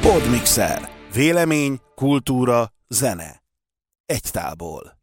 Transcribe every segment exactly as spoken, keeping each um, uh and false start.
Podmixer. Vélemény, kultúra, zene. Egy tálból.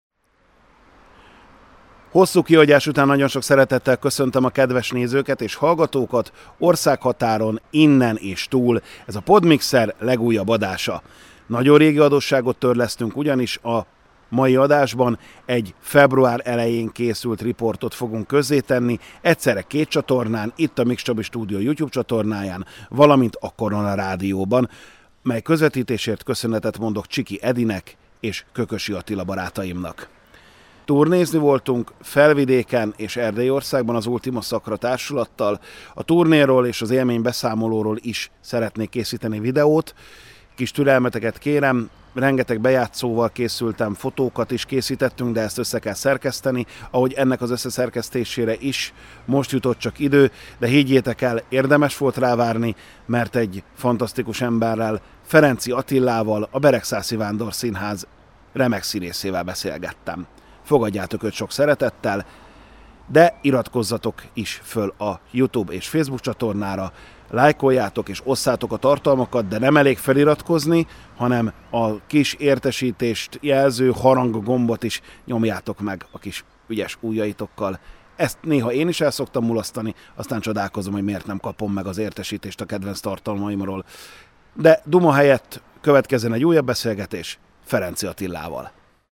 Hosszú kihagyás után nagyon sok szeretettel köszöntöm a kedves nézőket és hallgatókat országhatáron, innen és túl. Ez a Podmixer legújabb adása. Nagyon régi adósságot törlesztünk, ugyanis a mai adásban egy február elején készült riportot fogunk közzétenni, egyszerre két csatornán, itt a Mix Csabi Stúdió YouTube csatornáján, valamint a Korona Rádióban, mely közvetítésért köszönetet mondok Csiki Edinek és Kökösi Attila barátaimnak. Turnézni voltunk Felvidéken és Erdélyországban az Ultima Sacra társulattal. A turnéról és az élmény beszámolóról is szeretnék készíteni videót. Kis türelmeteket kérem, rengeteg bejátszóval készültem, fotókat is készítettünk, de ezt össze kell szerkeszteni, ahogy ennek az összeszerkesztésére is most jutott csak idő, de higgyétek el, érdemes volt rávárni, mert egy fantasztikus emberrel, Ferenczy Attilával, a Beregszászi Vándor Színház remek színészével beszélgettem. Fogadjátok őt sok szeretettel, de iratkozzatok is föl a YouTube és Facebook csatornára, lájkoljátok és osszátok a tartalmakat, de nem elég feliratkozni, hanem a kis értesítést jelző harang gombot is nyomjátok meg a kis ügyes ujjaitokkal. Ezt néha én is el szoktam mulasztani, aztán csodálkozom, hogy miért nem kapom meg az értesítést a kedvenc tartalmaimról. De duma helyett következzen egy újabb beszélgetés Ferenczy Attilával.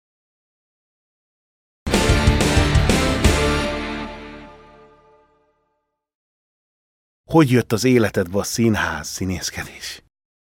Hogy jött az életedbe a színház, színészkedés?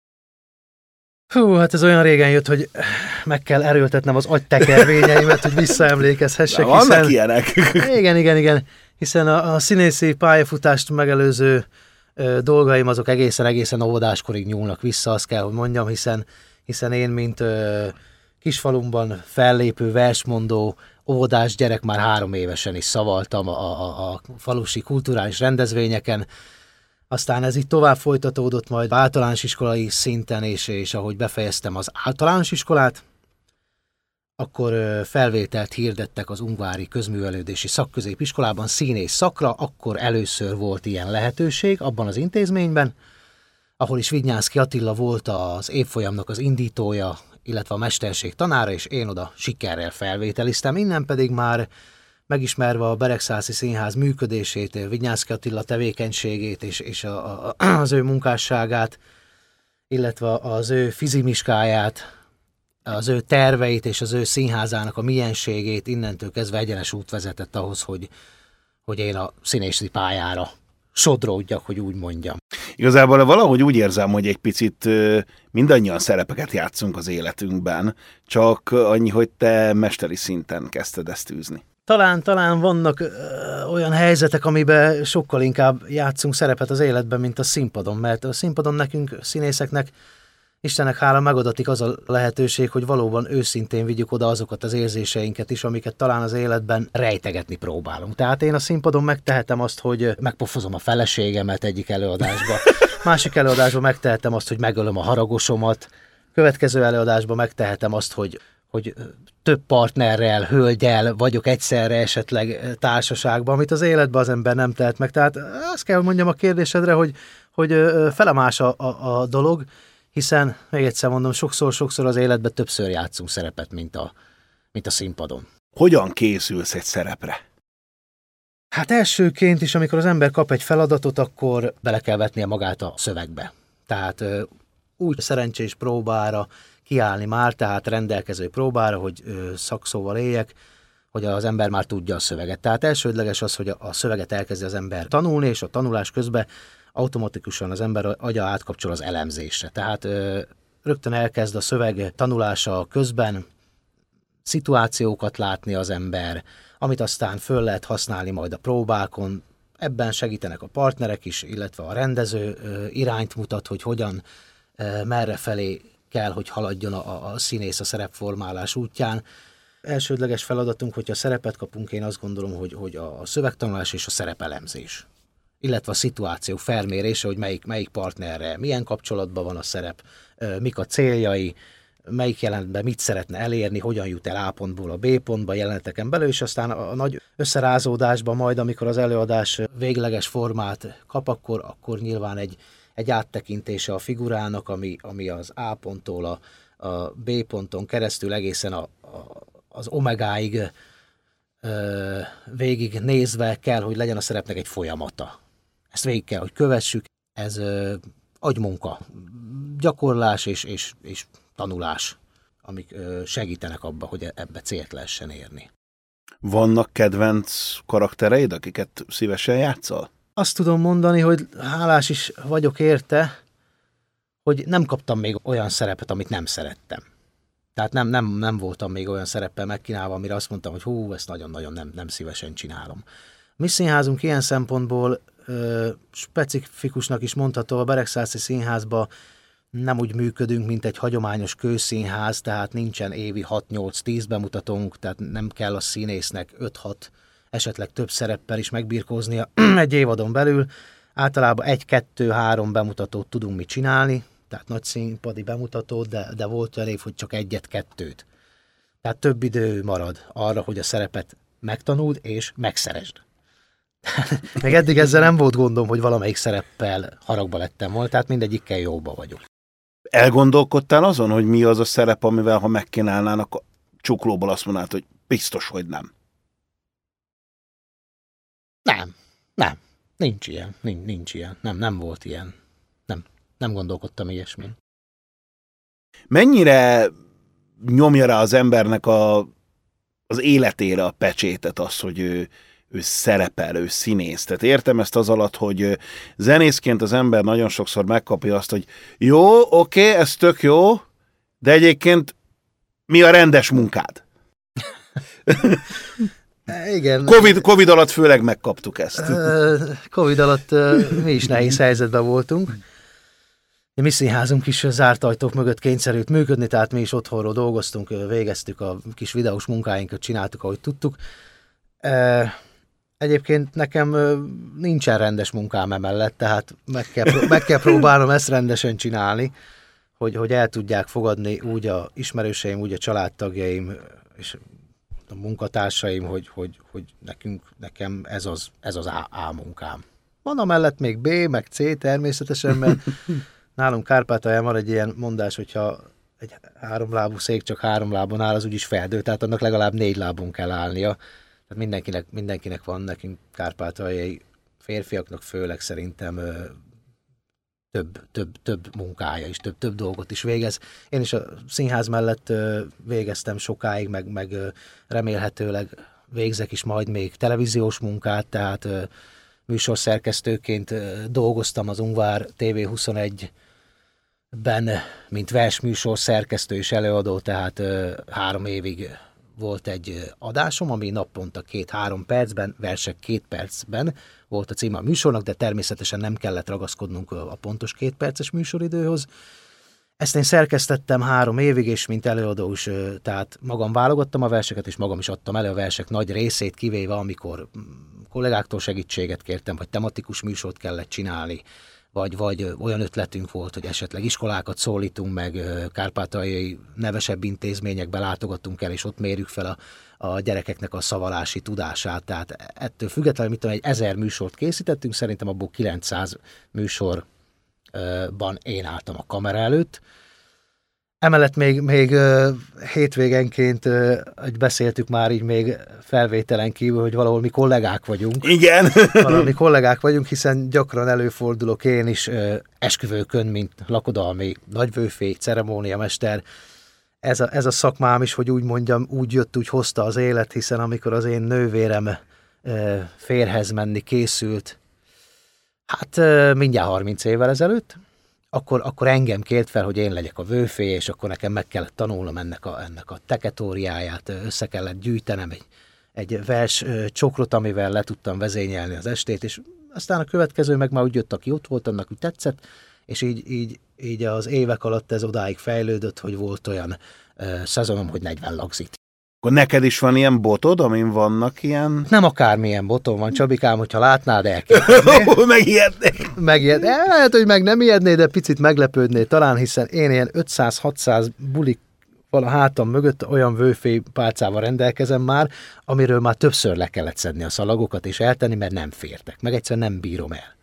Hú, hát ez olyan régen jött, hogy meg kell erőltetnem az agytekervényeimet, hogy visszaemlékezhessek. Na, vannak hiszen... ilyenek. Igen, igen, igen. Hiszen a, a színészi pályafutást megelőző ö, dolgaim azok egészen-egészen óvodáskorig nyúlnak vissza, azt kell, hogy mondjam, hiszen, hiszen én, mint ö, kisfalumban fellépő, versmondó, óvodás gyerek már három évesen is szavaltam a, a, a falusi kulturális rendezvényeken. Aztán ez így tovább folytatódott majd általános iskolai szinten, és, és ahogy befejeztem az általános iskolát, akkor felvételt hirdettek az Ungvári Közművelődési Szakközépiskolában színész szakra, akkor először volt ilyen lehetőség abban az intézményben, ahol is Vidnyánszky Attila volt az évfolyamnak az indítója, illetve a mesterség tanára, és én oda sikerrel felvételiztem. Innen pedig már megismerve a Beregszászi Színház működését, Vidnyánszky Attila tevékenységét és, és a, a, az ő munkásságát, illetve az ő fizimiskáját, az ő terveit és az ő színházának a mienségét, innentől kezdve egyenes út vezetett ahhoz, hogy, hogy én a színészi pályára sodródjak, hogy úgy mondjam. Igazából valahogy úgy érzem, hogy egy picit mindannyian szerepeket játszunk az életünkben, csak annyi, hogy te mesteri szinten kezdted ezt űzni. Talán, talán vannak ö, olyan helyzetek, amiben sokkal inkább játszunk szerepet az életben, mint a színpadon, mert a színpadon nekünk, színészeknek, Istennek hála megadatik az a lehetőség, hogy valóban őszintén vigyük oda azokat az érzéseinket is, amiket talán az életben rejtegetni próbálunk. Tehát én a színpadon megtehetem azt, hogy megpofozom a feleségemet egyik előadásba, másik előadásban megtehetem azt, hogy megölöm a haragosomat, következő előadásban megtehetem azt, hogy hogy több partnerrel, hölgyel vagyok egyszerre esetleg társaságban, amit az életben az ember nem tehet meg. Tehát azt kell, hogy mondjam a kérdésedre, hogy, hogy felemás a, a, a dolog, hiszen, még egyszer mondom, sokszor-sokszor az életben többször játszunk szerepet, mint a, mint a színpadon. Hogyan készülsz egy szerepre? Hát elsőként is, amikor az ember kap egy feladatot, akkor bele kell vetnie magát a szövegbe. Tehát úgy szerencsés próbára kiállni már, tehát rendelkező próbára, hogy ö, szakszóval éljek, hogy az ember már tudja a szöveget. Tehát elsődleges az, hogy a, a szöveget elkezdi az ember tanulni, és a tanulás közben automatikusan az ember agya átkapcsol az elemzésre. Tehát ö, rögtön elkezd a szöveg tanulása közben szituációkat látni az ember, amit aztán föl lehet használni majd a próbákon. Ebben segítenek a partnerek is, illetve a rendező ö, irányt mutat, hogy hogyan, ö, merre felé kell, hogy haladjon a, a színész a szerepformálás útján. Elsődleges feladatunk, hogyha szerepet kapunk, én azt gondolom, hogy, hogy a szövegtanulás és a szerepelemzés, illetve a szituáció felmérése, hogy melyik, melyik partnerre milyen kapcsolatban van a szerep, mik a céljai, melyik jelenetben mit szeretne elérni, hogyan jut el A pontból a B pontba jeleneteken belül, és aztán a nagy összerázódásban majd, amikor az előadás végleges formát kap, akkor, akkor nyilván egy, egy áttekintése a figurának, ami, ami az A ponttól a, a B ponton keresztül egészen a, a, az omegáig ö, végig nézve kell, hogy legyen a szerepnek egy folyamata. Ezt végig kell, hogy kövessük. Ez ö, agymunka, gyakorlás és, és, és tanulás, amik ö, segítenek abba, hogy ebbe célt lehessen érni. Vannak kedvenc karaktereid, akiket szívesen játszol? Azt tudom mondani, hogy hálás is vagyok érte, hogy nem kaptam még olyan szerepet, amit nem szerettem. Tehát nem, nem, nem voltam még olyan szereppel megkínálva, amire azt mondtam, hogy hú, ezt nagyon-nagyon nem, nem szívesen csinálom. Mi színházunk ilyen szempontból ö, specifikusnak is mondható, a Beregszászi Színházban nem úgy működünk, mint egy hagyományos kőszínház, tehát nincsen évi hat-nyolc-tíz bemutatónk, tehát nem kell a színésznek öt-hat, esetleg több szereppel is megbirkóznia egy évadon belül. Általában egy-kettő-három bemutatót tudunk mi csinálni, tehát nagy színpadi bemutatót, de, de volt olyan év, hogy csak egyet-kettőt. Tehát több idő marad arra, hogy a szerepet megtanuld és megszeresd. Még eddig ezzel nem volt gondom, hogy valamelyik szereppel haragba lettem volna, tehát mindegyikkel jóba vagyok. Elgondolkodtál azon, hogy mi az a szerep, amivel ha megkínálnának a csuklóból azt mondanád, hogy biztos, hogy nem? Nem, nem. Nincs ilyen, nincs, nincs ilyen. Nem, nem volt ilyen. Nem, nem gondolkodtam ilyesmin. Mennyire nyomja rá az embernek a, az életére a pecsétet az, hogy ő, ő szerepel, ő színész. Tehát értem ezt az alatt, hogy zenészként az ember nagyon sokszor megkapja azt, hogy jó, oké, ez tök jó, de egyébként mi a rendes munkád? Igen. Covid, Covid alatt főleg megkaptuk ezt. Covid alatt mi is nehéz helyzetben voltunk. A mi színházunk is zárt ajtók mögött kényszerült működni, tehát mi is otthonról dolgoztunk, végeztük a kis videós munkáinkat, csináltuk, ahogy tudtuk. Egyébként nekem nincsen rendes munkám emellett, tehát meg kell, meg kell próbálnom ezt rendesen csinálni, hogy, hogy el tudják fogadni úgy a ismerőseim, úgy a családtagjaim, és a munkatársaim, hogy, hogy, hogy nekünk, nekem ez az, ez az A, A munkám. Van amellett még B, meg C természetesen, mert nálunk Kárpátalján van egy ilyen mondás, hogyha egy háromlábú szék csak három lábon áll, az úgyis feldől, tehát annak legalább négy lábon kell állnia. Tehát mindenkinek, mindenkinek van, nekünk kárpátaljai férfiaknak főleg szerintem ö, több, több, több munkája is, több, több dolgot is végez. Én is a színház mellett ö, végeztem sokáig, meg, meg ö, remélhetőleg végzek is majd még televíziós munkát, tehát ö, műsorszerkesztőként ö, dolgoztam az Ungvár té vé huszonegyben, mint versműsor szerkesztő és előadó, tehát ö, három évig volt egy adásom, ami naponta két-három percben, versek két percben volt a címe a műsornak, de természetesen nem kellett ragaszkodnunk a pontos két perces műsoridőhöz. Ezt én szerkesztettem három évig, és mint előadó is, tehát magam válogattam a verseket, és magam is adtam elő a versek nagy részét, kivéve amikor kollégáktól segítséget kértem, vagy tematikus műsort kellett csinálni, vagy, vagy olyan ötletünk volt, hogy esetleg iskolákat szólítunk meg, kárpátaljai nevesebb intézményekbe látogatunk el, és ott mérjük fel a, a gyerekeknek a szavalási tudását. Tehát ettől függetlenül, mit tudom, egy ezer műsort készítettünk, szerintem abból kilencszáz műsorban én álltam a kamera előtt. Emellett még, még uh, hétvégenként, uh, hogy beszéltük már így még felvételen kívül, hogy valahol mi kollégák vagyunk. Igen. Valahol mi kollégák vagyunk, hiszen gyakran előfordulok én is uh, esküvőkön, mint lakodalmi nagyvőfély, ceremóniamester. Ez a, ez a szakmám is, hogy úgy mondjam, úgy jött, úgy hozta az élet, hiszen amikor az én nővérem uh, férhez menni készült, hát uh, mindjárt harminc évvel ezelőtt, Akkor, akkor engem kért fel, hogy én legyek a vőfély, és akkor nekem meg kellett tanulnom ennek a, ennek a teketóriáját, össze kellett gyűjtenem egy, egy vers csokrot, amivel le tudtam vezényelni az estét, és aztán a következő meg már úgy jött, aki ott volt, annak úgy tetszett, és így, így, így az évek alatt ez odáig fejlődött, hogy volt olyan uh, szezonom, hogy negyven lagzit. Akkor neked is van ilyen botod, amin vannak ilyen... Nem akármilyen botom van, Csabikám, hogyha látnád, elképzelni. Megijednék. Megijed, lehet, hogy meg nem ijedné, de picit meglepődné talán, hiszen én ilyen ötszáz-hatszáz bulik val a hátam mögött olyan vőfély pálcával rendelkezem már, amiről már többször le kellett szedni a szalagokat és eltenni, mert nem fértek, meg egyszerűen nem bírom el.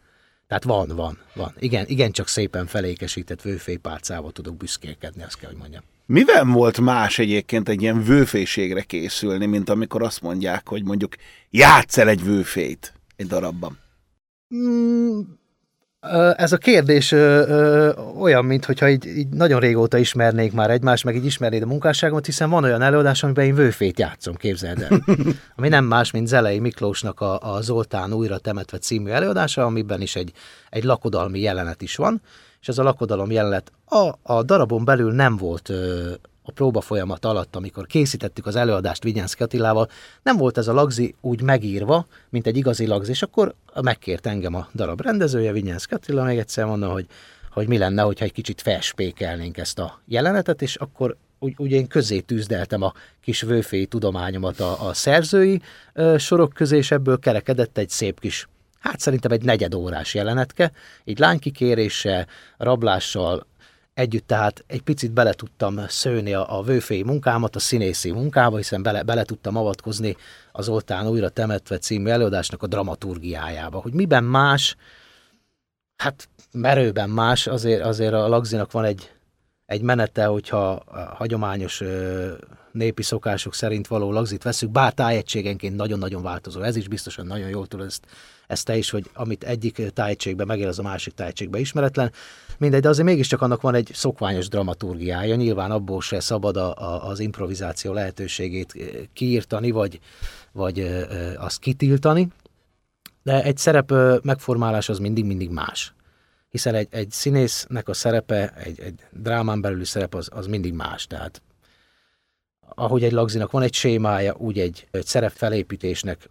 Tehát van, van, van. Igen, igen, csak szépen felékesített vőfélypálcával tudok büszkélkedni, azt kell, hogy mondjam. Miben volt más egyébként egy ilyen vőfélységre készülni, mint amikor azt mondják, hogy mondjuk játsz el egy vőfélyt egy darabban? Mm, ez a kérdés ö, ö, olyan, mintha így, így nagyon régóta ismernék már egymást, meg így ismernéd a munkásságomat, hiszen van olyan előadás, amiben én vőfét játszom, képzeld el. Ami nem más, mint Zelei Miklósnak a, a Zoltán újra temetve című előadása, amiben is egy, egy lakodalmi jelenet is van, és ez a lakodalom jelenet a, a darabon belül nem volt ö, a próba folyamat alatt, amikor készítettük az előadást Vigyánszky Attilával, nem volt ez a lagzi úgy megírva, mint egy igazi lagzi, és akkor megkért engem a darab rendezője, Vigyánszky Attila, még egyszer mondom, hogy, hogy mi lenne, hogyha egy kicsit felspékelnénk ezt a jelenetet, és akkor úgy, úgy én közé tűzdeltem a kis vőfély tudományomat a, a szerzői ö, sorok közé, és ebből kerekedett egy szép kis, hát szerintem egy negyedórás jelenetke, így lánykikéréssel, rablással, együtt tehát egy picit bele tudtam szőni a, a vőfély munkámat, a színészi munkába, hiszen bele, bele tudtam avatkozni az Zoltán újra temetve című előadásnak a dramaturgiájába. Hogy miben más, hát merőben más, azért, azért a lagzinak van egy, egy menete, hogyha a hagyományos ö, népi szokások szerint való lagzit veszük, bár tájegységenként nagyon-nagyon változó. Ez is biztosan nagyon jól tudod ezt, ezt te is, hogy amit egyik tájegységben megél, az a másik tájegységben ismeretlen. Mindegy, de azért mégiscsak annak van egy szokványos dramaturgiája, nyilván abból se szabad a, a, az improvizáció lehetőségét kiírtani, vagy, vagy ö, ö, azt kitiltani, de egy szerep ö, megformálás az mindig-mindig más. Hiszen egy, egy színésznek a szerepe, egy, egy drámán belüli szerep az, az mindig más, tehát ahogy egy lagzinak van egy sémája, úgy egy, egy szerep felépítésnek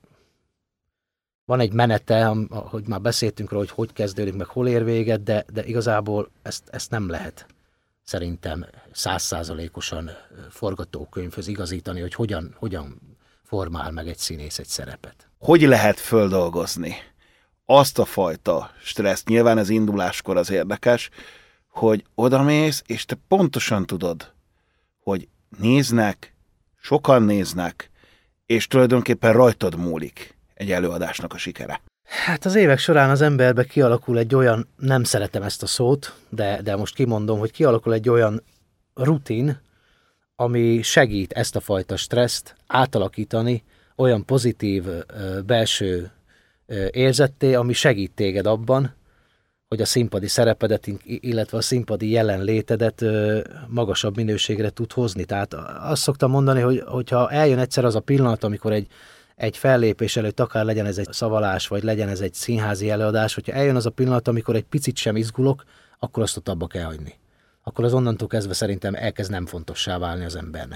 van egy menete, hogy már beszéltünk róla, hogy hogy kezdődik, meg hol ér véget, de, de igazából ezt, ezt nem lehet szerintem százszázalékosan forgatókönyvhöz igazítani, hogy hogyan, hogyan formál meg egy színész egy szerepet. Hogy lehet földolgozni azt a fajta stresszt, nyilván ez induláskor az érdekes, hogy odamész, és te pontosan tudod, hogy néznek, sokan néznek, és tulajdonképpen rajtad múlik egy előadásnak a sikere. Hát az évek során az emberbe kialakul egy olyan, nem szeretem ezt a szót, de, de most kimondom, hogy kialakul egy olyan rutin, ami segít ezt a fajta stresszt átalakítani olyan pozitív ö, belső ö, érzetté, ami segít téged abban, hogy a színpadi szerepedet, illetve a színpadi jelenlétedet ö, magasabb minőségre tud hozni. Tehát azt szoktam mondani, hogy hogyha eljön egyszer az a pillanat, amikor egy egy fellépés előtt, akár legyen ez egy szavalás, vagy legyen ez egy színházi előadás, hogyha eljön az a pillanat, amikor egy picit sem izgulok, akkor azt ott abba kell hagyni. Akkor az onnantól kezdve szerintem elkezd nem fontossá válni az embernek.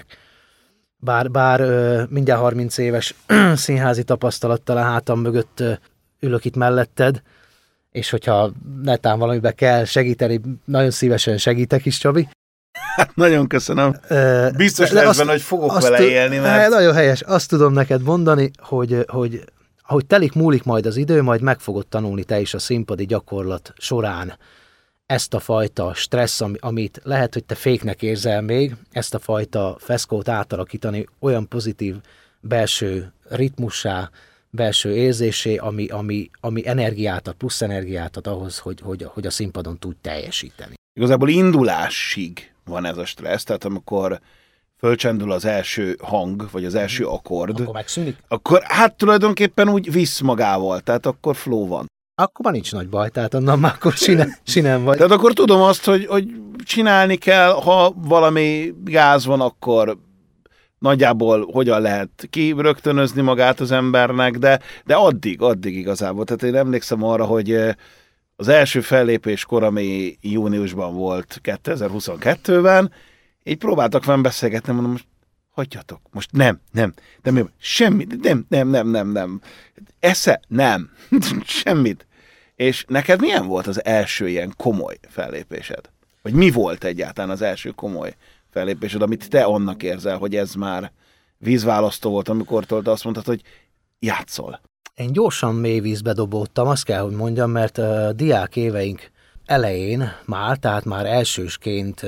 Bár, bár mindjárt harminc éves színházi tapasztalattal a hátam mögött ülök itt melletted, és hogyha netán valamiben kell segíteni, nagyon szívesen segítek is, Csabi. Hát nagyon köszönöm. Biztos lesz benne, hogy fogok vele élni, mert... Nagyon helyes. Azt tudom neked mondani, hogy, hogy ahogy telik múlik majd az idő, majd meg fogod tanulni te is a színpadi gyakorlat során ezt a fajta stressz, amit lehet, hogy te féknek érzel még, ezt a fajta feszkót átalakítani olyan pozitív belső ritmussá, belső érzésé, ami, ami, ami energiát ad, plusz energiát ad ahhoz, hogy, hogy, hogy a színpadon tudj teljesíteni. Igazából indulásig van ez a stressz, tehát amikor fölcsendül az első hang, vagy az első akkord, akkor megszűnik? Akkor hát tulajdonképpen úgy visz magával, tehát akkor flow van. Akkor már nincs nagy baj, tehát onnan már akkor sinem, sinem vagy. Tehát akkor tudom azt, hogy, hogy csinálni kell, ha valami gáz van, akkor nagyjából hogyan lehet kirögtönözni magát az embernek, de, de addig, addig igazából. Tehát én emlékszem arra, hogy az első fellépéskor, ami júniusban volt kétezer-huszonkettőben, így próbáltak velem beszélgetni, mondom, most hagyjatok, most nem, nem, de mi, semmi, nem, nem, nem, nem, nem, esze, nem, semmit. És neked milyen volt az első ilyen komoly fellépésed? Vagy mi volt egyáltalán az első komoly fellépésed, amit te annak érzel, hogy ez már vízválasztó volt, amikor tőle azt mondtad, hogy játszol? Én gyorsan mély vízbe dobódtam, azt kell, hogy mondjam, mert a diák éveink elején már, tehát már elsősként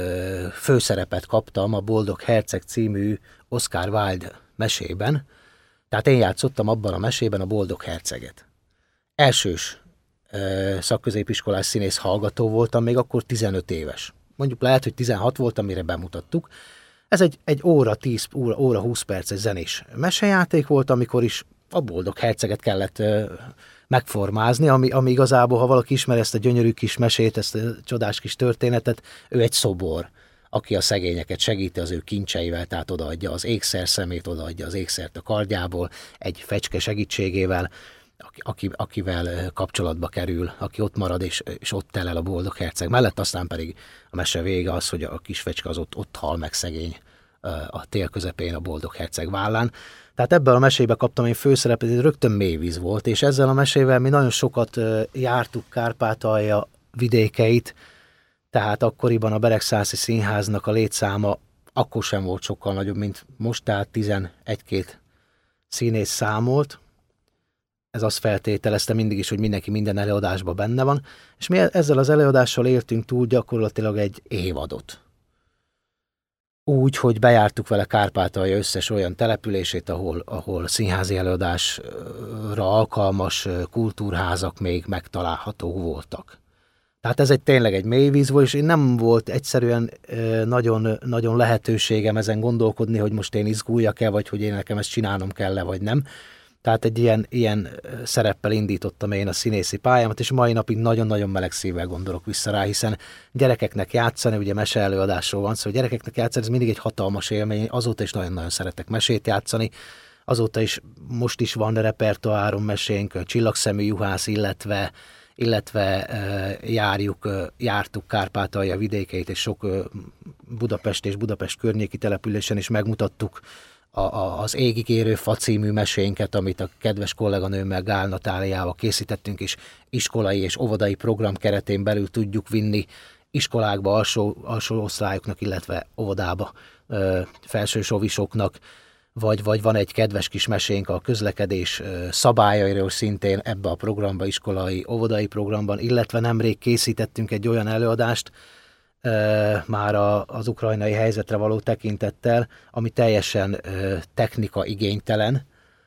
főszerepet kaptam a Boldog Herceg című Oscar Wilde mesében. Tehát én játszottam abban a mesében a Boldog Herceget. Elsős szakközépiskolás színész hallgató voltam, még akkor tizenöt éves. Mondjuk lehet, hogy tizenhat voltam, mire bemutattuk. Ez egy, egy óra, tíz, óra, óra húsz perces zenés mesejáték volt, amikor is a Boldog Herceget kellett ö, megformázni, ami, ami igazából, ha valaki ismeri ezt a gyönyörű kis mesét, ezt a csodás kis történetet, ő egy szobor, aki a szegényeket segíti az ő kincseivel, tehát odaadja az ékszer szemét, odaadja az ékszert a kardjából, egy fecske segítségével, aki, akivel kapcsolatba kerül, aki ott marad, és, és ott telel a Boldog Herceg mellett, aztán pedig a mese vége az, hogy a kis fecske az ott, ott hal meg szegény a tél közepén a Boldog Herceg vállán. Tehát ebből a mesébe kaptam én főszerepet, ez rögtön mélyvíz volt, és ezzel a mesével mi nagyon sokat jártuk Kárpátalja vidékeit, tehát akkoriban a Beregszászi Színháznak a létszáma akkor sem volt sokkal nagyobb, mint most, tehát tizenegy-két színész számolt. Ez azt feltételezte mindig is, hogy mindenki minden előadásban benne van, és mi ezzel az előadással éltünk túl gyakorlatilag egy évadot. Úgy, hogy bejártuk vele Kárpátalja összes olyan települését, ahol, ahol színházi előadásra alkalmas kultúrházak még megtalálhatók voltak. Tehát ez egy tényleg egy mélyvíz volt, és én nem volt egyszerűen nagyon, nagyon lehetőségem ezen gondolkodni, hogy most én izguljak-e, vagy hogy én nekem ezt csinálnom kell-e, vagy nem. Tehát egy ilyen, ilyen szereppel indítottam én a színészi pályámat, és mai napig nagyon-nagyon meleg szívvel gondolok vissza rá, hiszen gyerekeknek játszani, ugye mese előadásról van szó, szóval gyerekeknek játszani, ez mindig egy hatalmas élmény, azóta is nagyon-nagyon szeretek mesét játszani, azóta is, most is van repertoáron mesénk, Csillagszemű juhász, illetve, illetve uh, járjuk, uh, jártuk Kárpátalja vidékeit, és sok uh, Budapest és Budapest környéki településen is megmutattuk A, a, az Égig érő fa című mesénket, amit a kedves kolléganőmmel, Gál Natáliával készítettünk, és iskolai és óvodai program keretén belül tudjuk vinni iskolákba, alsó, alsó osztályoknak, illetve óvodába ö, felsősovisoknak, vagy, vagy van egy kedves kis mesénk a közlekedés ö, szabályairól szintén ebbe a programba, iskolai, óvodai programban, illetve nemrég készítettünk egy olyan előadást, már az ukrajnai helyzetre való tekintettel, ami teljesen technika igénytelen,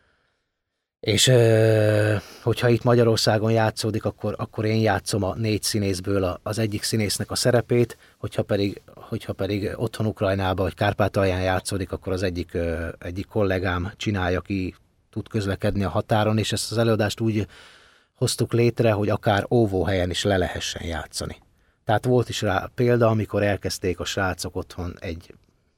és hogyha itt Magyarországon játszódik, akkor, akkor én játszom a négy színészből az egyik színésznek a szerepét, hogyha pedig, hogyha pedig otthon Ukrajnában vagy Kárpátalján játszódik, akkor az egyik, egyik kollégám csinálja, aki tud közlekedni a határon, és ezt az előadást úgy hoztuk létre, hogy akár óvóhelyen is le lehessen játszani. Tehát volt is rá példa, amikor elkezdték a srácok otthon egy,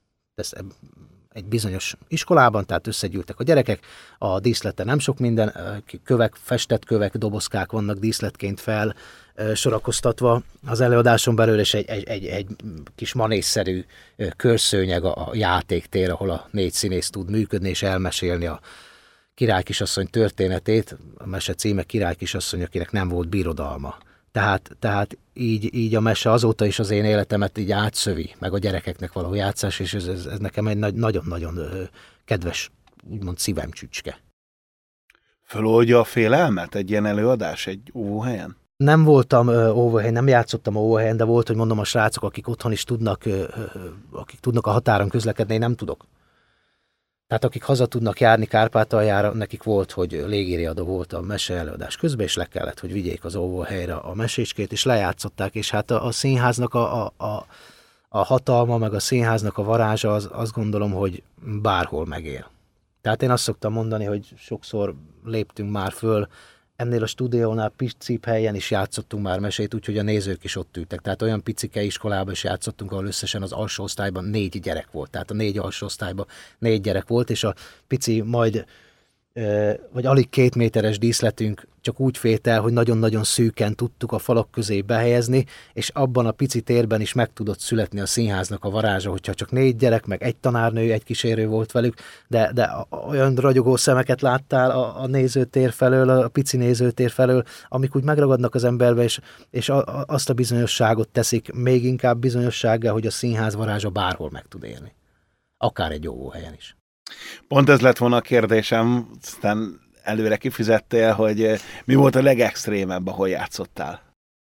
egy bizonyos iskolában, tehát összegyűltek a gyerekek, a díszlete nem sok minden, kövek, festett kövek, dobozkák vannak díszletként fel sorakoztatva az előadáson belül, és egy, egy, egy, egy kis manésszerű körszőnyeg a játéktér, ahol a négy színész tud működni és elmesélni a királykisasszony történetét, a mese címe Királykisasszony, akinek nem volt birodalma. Tehát, tehát így, így a mese azóta is az én életemet így átszövi, meg a gyerekeknek való játszás, és ez, ez, ez nekem egy nagyon-nagyon kedves, úgymond szívemcsücske. Föloldja a félelmet egy ilyen előadás egy óvóhelyen? Nem voltam óvóhelyen, nem játszottam óvóhelyen, de volt, hogy mondom, a srácok, akik otthon is tudnak, akik tudnak a határon közlekedni, én nem tudok. Tehát akik haza tudnak járni Kárpátaljára, nekik volt, hogy légiriadó volt a mese előadás közben, és le kellett, hogy vigyék az óvóhelyre a mesécskét, és lejátszották, és hát a, a színháznak a, a, a, a hatalma, meg a színháznak a varázsa, az, azt gondolom, hogy bárhol megél. Tehát én azt szoktam mondani, hogy sokszor léptünk már föl, ennél a stúdiónál picibb helyen is játszottunk már mesét, úgyhogy a nézők is ott ültek. Tehát olyan picike iskolában is játszottunk, ahol összesen az alsó osztályban négy gyerek volt. Tehát a négy alsó osztályban négy gyerek volt, és a pici majd, vagy alig két méteres díszletünk csak úgy félt el, hogy nagyon-nagyon szűken tudtuk a falak közé behelyezni, és abban a pici térben is meg tudott születni a színháznak a varázsa, hogyha csak négy gyerek, meg egy tanárnő, egy kísérő volt velük, de, de olyan ragyogó szemeket láttál a, a nézőtér felől, a pici nézőtér felől, amik úgy megragadnak az emberbe, és, és a, a, azt a bizonyosságot teszik még inkább bizonyossággá, hogy a színház varázsa bárhol meg tud élni. Akár egy óvóhelyen is. Pont ez lett volna a kérdésem, aztán előre kifizettél, hogy mi volt a legextrémebb, ahol játszottál?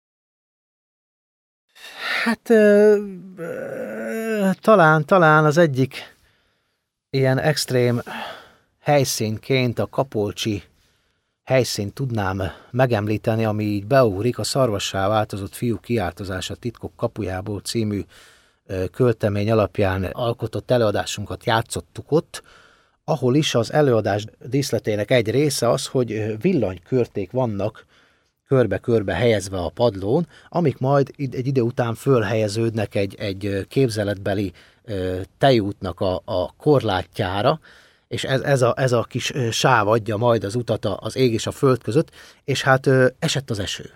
Hát ö, ö, talán, talán az egyik ilyen extrém helyszínként a Kapolcsi helyszínt tudnám megemlíteni, ami így beugrik, a Szarvassá változott fiú kiáltozása titkok kapujából című költemény alapján alkotott előadásunkat játszottuk ott, ahol is az előadás díszletének egy része az, hogy villanykörték vannak körbe-körbe helyezve a padlón, amik majd egy idő után fölhelyeződnek egy, egy képzeletbeli tejútnak a, a korlátjára, és ez, ez, a, ez a kis sáv adja majd az utat az ég és a föld között, és hát esett az eső.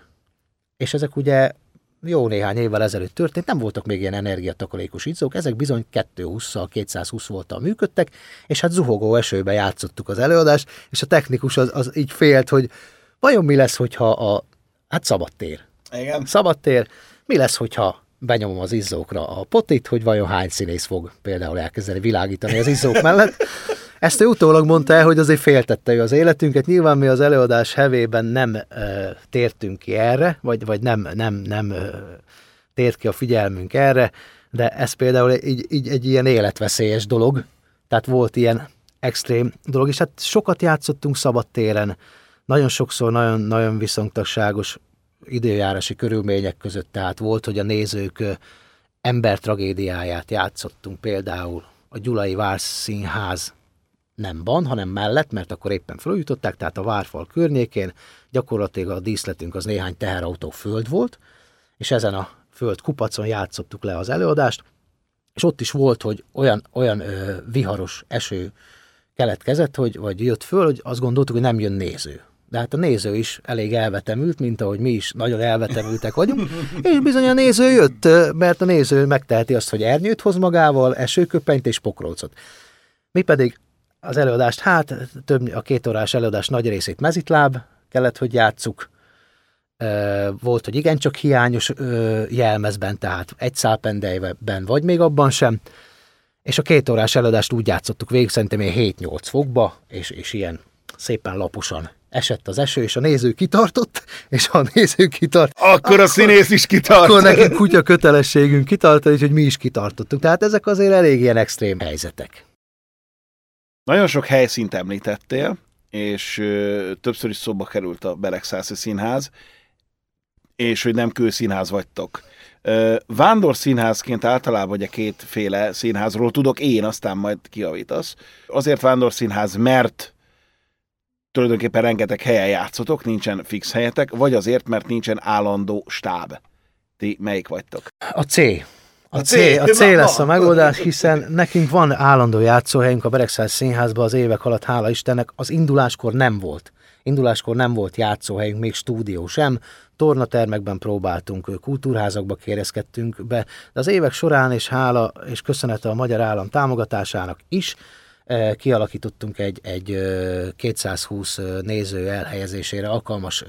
És ezek ugye jó néhány évvel ezelőtt történt, nem voltak még ilyen energiatakarékos izzók, ezek bizony kétszázhússzal, kétszázhúsz volttal működtek, és hát zuhogó esőben játszottuk az előadást, és a technikus az, az így félt, hogy vajon mi lesz, hogyha a, hát szabadtér. Igen. Szabadtér, mi lesz, hogyha benyomom az izzókra a potit, hogy vajon hány színész fog például elkezdeni világítani az izzók mellett. Ezt ő utólag mondta el, hogy azért féltette ő az életünket. Nyilván mi az előadás hevében nem e, tértünk ki erre, vagy, vagy nem, nem, nem e, tért ki a figyelmünk erre, de ez például így, így egy ilyen életveszélyes dolog. Tehát volt ilyen extrém dolog, és hát sokat játszottunk szabadtéren, nagyon sokszor nagyon, nagyon viszontagságos időjárási körülmények között, tehát volt, hogy a nézők embertragédiáját játszottunk, például a Gyulai Várszínház nem van, hanem mellett, mert akkor éppen följutották, tehát a várfal környékén gyakorlatilag a díszletünk az néhány teherautó föld volt, és ezen a föld kupacon játszottuk le az előadást, és ott is volt, hogy olyan, olyan ö, viharos eső keletkezett, hogy, vagy jött föl, hogy azt gondoltuk, hogy nem jön néző. De hát a néző is elég elvetemült, mint ahogy mi is nagyon elvetemültek vagyunk, és bizony a néző jött, mert a néző megteheti azt, hogy ernyőt hoz magával, esőköpenyt és pokrócot. Mi pedig az előadást, hát több, a két órás előadás nagy részét mezitláb kellett, hogy játsszuk. Volt, hogy igencsak hiányos jelmezben, tehát egy szálpendelyben, vagy még abban sem. És a két órás előadást úgy játszottuk végig, szerintem én hét-nyolc fokba, és, és ilyen szépen laposan esett az eső, és a néző kitartott, és ha a néző kitart... Akkor, akkor a színész is kitart. Akkor nekünk kutya kötelességünk kitartani, és hogy mi is kitartottuk. Tehát ezek azért elég ilyen extrém helyzetek. Nagyon sok helyszínt említettél, és ö, többször is szóba került a Beregszászi Színház, és hogy nem kőszínház vagytok. Ö, vándorszínházként általában ugye kétféle színházról tudok én, aztán majd kijavítasz. Azért vándorszínház, mert tulajdonképpen rengeteg helyen játszotok, nincsen fix helyetek, vagy azért, mert nincsen állandó stáb. Ti melyik vagytok? A C. A C, a C lesz a megoldás, hiszen nekünk van állandó játszóhelyünk a Beregszászi Színházban az évek alatt, hála Istennek, az induláskor nem volt. Induláskor nem volt játszóhelyünk, még stúdió sem, tornatermekben próbáltunk, kultúrházakba kérezkedtünk be, de az évek során, és hála és köszönete a magyar állam támogatásának is, kialakítottunk egy, egy kétszázhúsz néző elhelyezésére alkalmas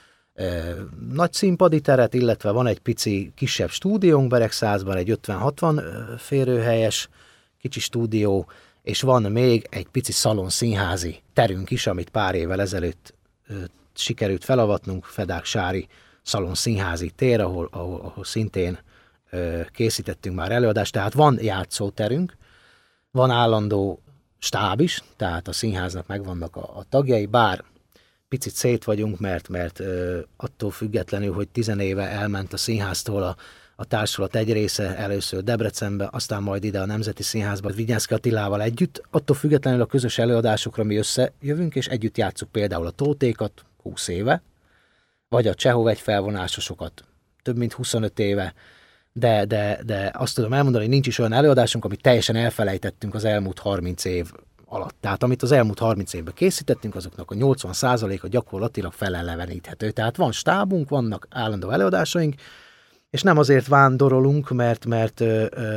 nagy színpadi teret, illetve van egy pici kisebb stúdiónk Beregszázban, egy ötven-hatvan férőhelyes kicsi stúdió, és van még egy pici szalon színházi terünk is, amit pár évvel ezelőtt sikerült felavatnunk, Fedák-Sári szalon színházi tér, ahol, ahol, ahol szintén készítettünk már előadást, tehát van játszóterünk, van állandó stáb is, tehát a színháznak megvannak a, a tagjai, bár picit szét vagyunk, mert, mert ö, attól függetlenül, hogy tizenéve elment a színháztól a, a társulat egy része, először Debrecenbe, aztán majd ide a Nemzeti Színházba Vigyánszky Attilával együtt, attól függetlenül a közös előadásokra mi összejövünk, és együtt játsszuk például a Tótékat húsz éve, vagy a Csehov egy felvonásosokat több mint huszonöt éve, de, de, de azt tudom elmondani, hogy nincs is olyan előadásunk, amit teljesen elfelejtettünk az elmúlt harminc év alatt. Tehát amit az elmúlt harminc évben készítettünk, azoknak a nyolcvan százaléka gyakorlatilag feleleveníthető. Tehát van stábunk, vannak állandó előadásaink, és nem azért vándorolunk, mert, mert ö, ö,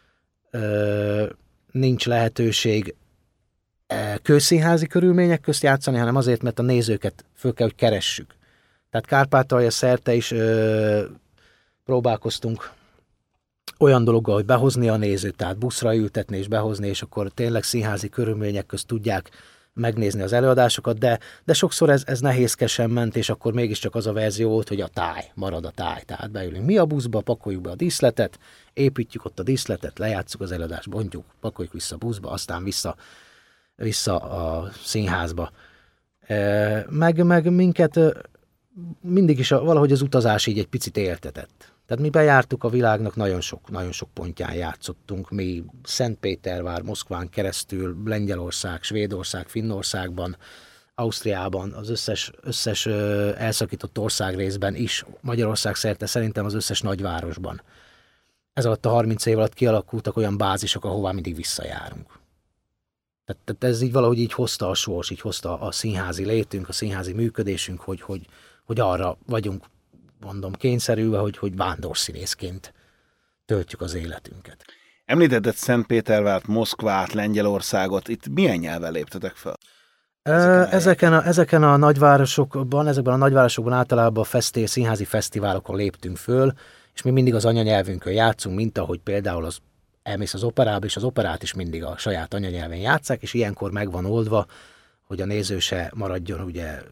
ö, nincs lehetőség kőszínházi körülmények közt játszani, hanem azért, mert a nézőket föl kell, hogy keressük. Tehát Kárpátalja szerte is ö, próbálkoztunk olyan dologgal, hogy behozni a nézőt, tehát buszra ültetni és behozni, és akkor tényleg színházi körülmények közt tudják megnézni az előadásokat, de, de sokszor ez, ez nehézkesen ment, és akkor mégiscsak az a verzió volt, hogy a táj, marad a táj. Tehát beülünk mi a buszba, pakoljuk be a díszletet, építjük ott a díszletet, lejátszuk az előadást, bontjuk, pakoljuk vissza a buszba, aztán vissza, vissza a színházba. Meg, meg minket mindig is a, valahogy az utazás így egy picit éltetett. Tehát mi bejártuk a világnak, nagyon sok, nagyon sok pontján játszottunk. Mi Szentpétervár, Moszkván keresztül, Lengyelország, Svédország, Finnországban, Ausztriában, az összes, összes elszakított országrészben is, Magyarország szerte szerintem az összes nagyvárosban. Ez alatt a harminc év alatt kialakultak olyan bázisok, ahová mindig visszajárunk. Tehát, tehát ez így valahogy így hozta a sors, így hozta a színházi létünk, a színházi működésünk, hogy, hogy, hogy arra vagyunk, mondom, kényszerülve, hogy, hogy vándorszínészként töltjük az életünket. Említetted Szentpétervárt, Moszkvát, Lengyelországot, itt milyen nyelven léptetek fel? Ezeken a, ezeken a, ezeken a nagyvárosokban, ezekben a nagyvárosokban általában a feszté, színházi fesztiválokon léptünk föl, és mi mindig az anyanyelvünkön játszunk, mint ahogy például az elmész az operába, és az operát is mindig a saját anyanyelven játsszák, és ilyenkor meg van oldva, hogy a néző se maradjon ugye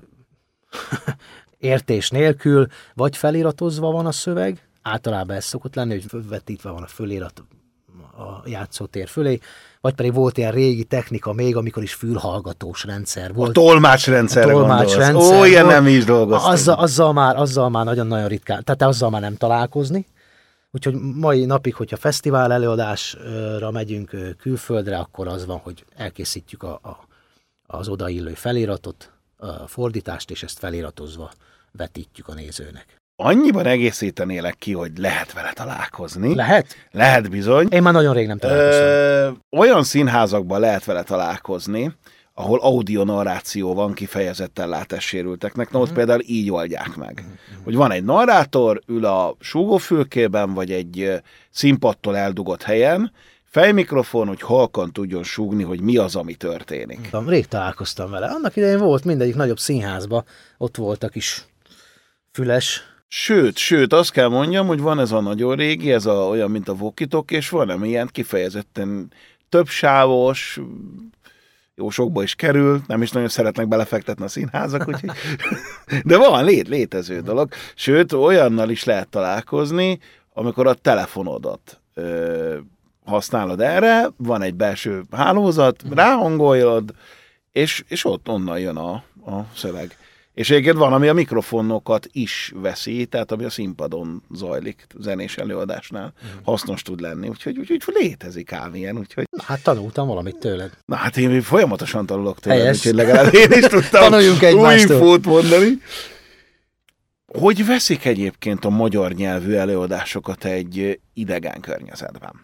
értés nélkül, vagy feliratozva van a szöveg, általában ez szokott lenni, hogy vetítve van a fölirat a játszótér fölé, vagy pedig volt ilyen régi technika még, amikor is fülhallgatós rendszer volt. A tolmácsrendszerre tolmácsrendszer gondolsz. Ó, ilyen nem is dolgoztam. Azzal, azzal, már, azzal már nagyon-nagyon ritkán, tehát azzal már nem találkozni. Úgyhogy mai napig, hogyha fesztivál előadásra megyünk külföldre, akkor az van, hogy elkészítjük a, a, az odaillő feliratot, a fordítást, és ezt feliratozva vetítjük a nézőnek. Annyiban egészítenélek ki, hogy lehet vele találkozni. Lehet? Lehet bizony. Én már nagyon rég nem találkoztam. Ö, olyan színházakban lehet vele találkozni, ahol audionarráció van kifejezetten látássérülteknek, na ott mm. például így oldják meg. Mm. Hogy van egy narrátor, ül a súgófülkében, vagy egy színpadtól eldugott helyen, fejmikrofon, hogy halkan tudjon súgni, hogy mi az, ami történik. Rég találkoztam vele. Annak idején volt mindegyik nagyobb színházba, ott voltak is füles. Sőt, sőt, azt kell mondjam, hogy van ez a nagyon régi, ez a, olyan, mint a walkie-talkie, és van nem ilyen kifejezetten többsávos, jó sokba is kerül, nem is nagyon szeretnek belefektetni a színházak, úgyhogy... de van, lét, létező dolog. Sőt, olyannal is lehet találkozni, amikor a telefonodat ö, használod erre, van egy belső hálózat, ráhangolod, és, és ott onnan jön a, a szöveg. És egyébként van, ami a mikrofonokat is veszi, tehát ami a színpadon zajlik zenés előadásnál, hasznos tud lenni. Úgyhogy, úgyhogy létezik ám ilyen. Úgyhogy... Hát tanultam valamit tőled. Na hát én folyamatosan tanulok tőled, úgyhogy legalább én is tudtam új infót mondani. Hogy veszik egyébként a magyar nyelvű előadásokat egy idegen környezetben?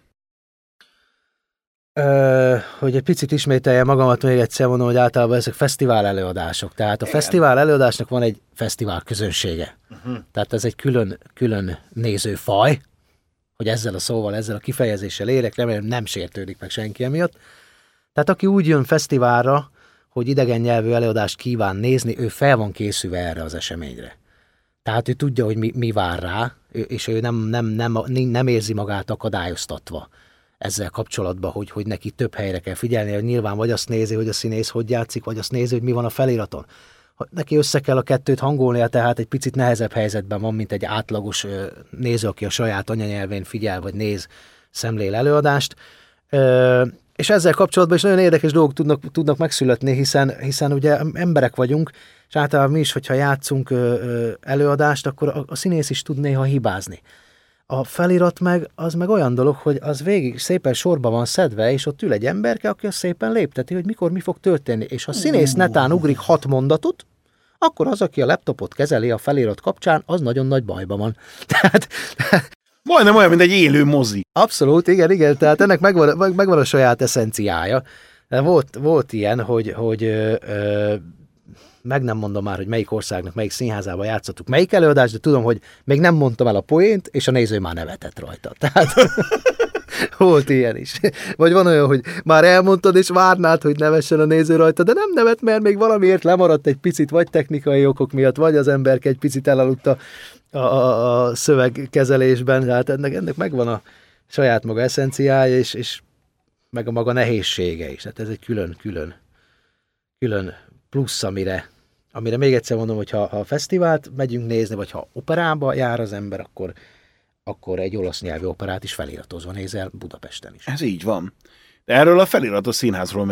Ö, hogy egy picit ismételje magamat, még egyszer mondom, hogy általában ezek fesztivál előadások. Tehát a Igen. fesztivál előadásnak van egy fesztivál közönsége. Uh-huh. Tehát ez egy külön, külön nézőfaj, hogy ezzel a szóval, ezzel a kifejezéssel érek, remélem nem sértődik meg senki emiatt. Tehát aki úgy jön fesztiválra, hogy idegen nyelvű előadást kíván nézni, ő fel van készülve erre az eseményre. Tehát ő tudja, hogy mi, mi vár rá, és ő nem, nem, nem, nem érzi magát akadályoztatva ezzel kapcsolatban, hogy, hogy neki több helyre kell figyelni, hogy nyilván vagy azt nézi, hogy a színész hogy játszik, vagy azt nézi, hogy mi van a feliraton. Neki össze kell a kettőt hangolnia, tehát egy picit nehezebb helyzetben van, mint egy átlagos néző, aki a saját anyanyelvén figyel, vagy néz, szemlél előadást. És ezzel kapcsolatban is nagyon érdekes dolgok tudnak, tudnak megszületni, hiszen, hiszen ugye emberek vagyunk, és általában mi is, hogyha játszunk előadást, akkor a, a színész is tud néha hibázni. A felirat meg, az meg olyan dolog, hogy az végig szépen sorba van szedve, és ott ül egy emberke, aki azt szépen lépteti, hogy mikor mi fog történni. És ha a színész netán ugrik hat mondatot, akkor az, aki a laptopot kezeli a felirat kapcsán, az nagyon nagy bajban van. Tehát... Majdnem olyan, mint egy élő mozi. Abszolút, igen, igen, tehát ennek megvan, megvan a saját eszenciája. Volt, volt ilyen, hogy, hogy ö, ö, meg nem mondom már, hogy melyik országnak, melyik színházában játszottuk, melyik előadást, de tudom, hogy még nem mondtam el a poént, és a néző már nevetett rajta. Tehát volt ilyen is. Vagy van olyan, hogy már elmondtad, és várnád, hogy nevessen a néző rajta, de nem nevet, mert még valamiért lemaradt egy picit, vagy technikai okok miatt, vagy az emberke egy picit elaludt a, a, a szövegkezelésben. Tehát ennek, ennek megvan a saját maga eszenciája, és, és meg a maga nehézsége is. Tehát ez egy külön, külön, külön plusz, amire Amire még egyszer mondom, hogy ha, ha a fesztivált megyünk nézni, vagy ha operába jár az ember, akkor, akkor egy olasz nyelvű operát is feliratozva nézel Budapesten is. Ez így van. De erről a feliratos színházról még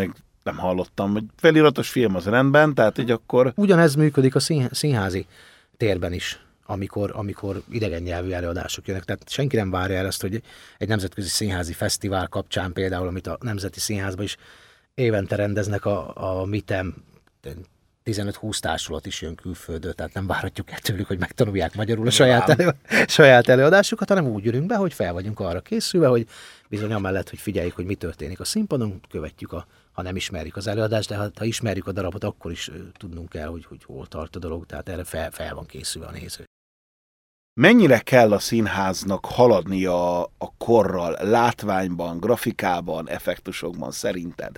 nem hallottam, hogy feliratos film az rendben, tehát hogy akkor... Ugyanez működik a színházi térben is, amikor, amikor idegen nyelvű előadások jönnek. Tehát senki nem várja el azt, hogy egy nemzetközi színházi fesztivál kapcsán például, amit a Nemzeti Színházban is évente rendeznek, a, a MITEM tizenöt-húsz társulat is jön külföldről, tehát nem várhatjuk el tőlük, hogy megtanulják magyarul a saját, elő, saját előadásukat, hanem úgy ülünk be, hogy fel vagyunk arra készülve, hogy bizony amellett, hogy figyeljük, hogy mi történik a színpadon, követjük, a, ha nem ismerjük az előadást, de ha, ha ismerjük a darabot, akkor is tudnunk kell, hogy, hogy hol tart a dolog, tehát erre fel, fel van készülve a néző. Mennyire kell a színháznak haladnia a korral, látványban, grafikában, effektusokban szerinted?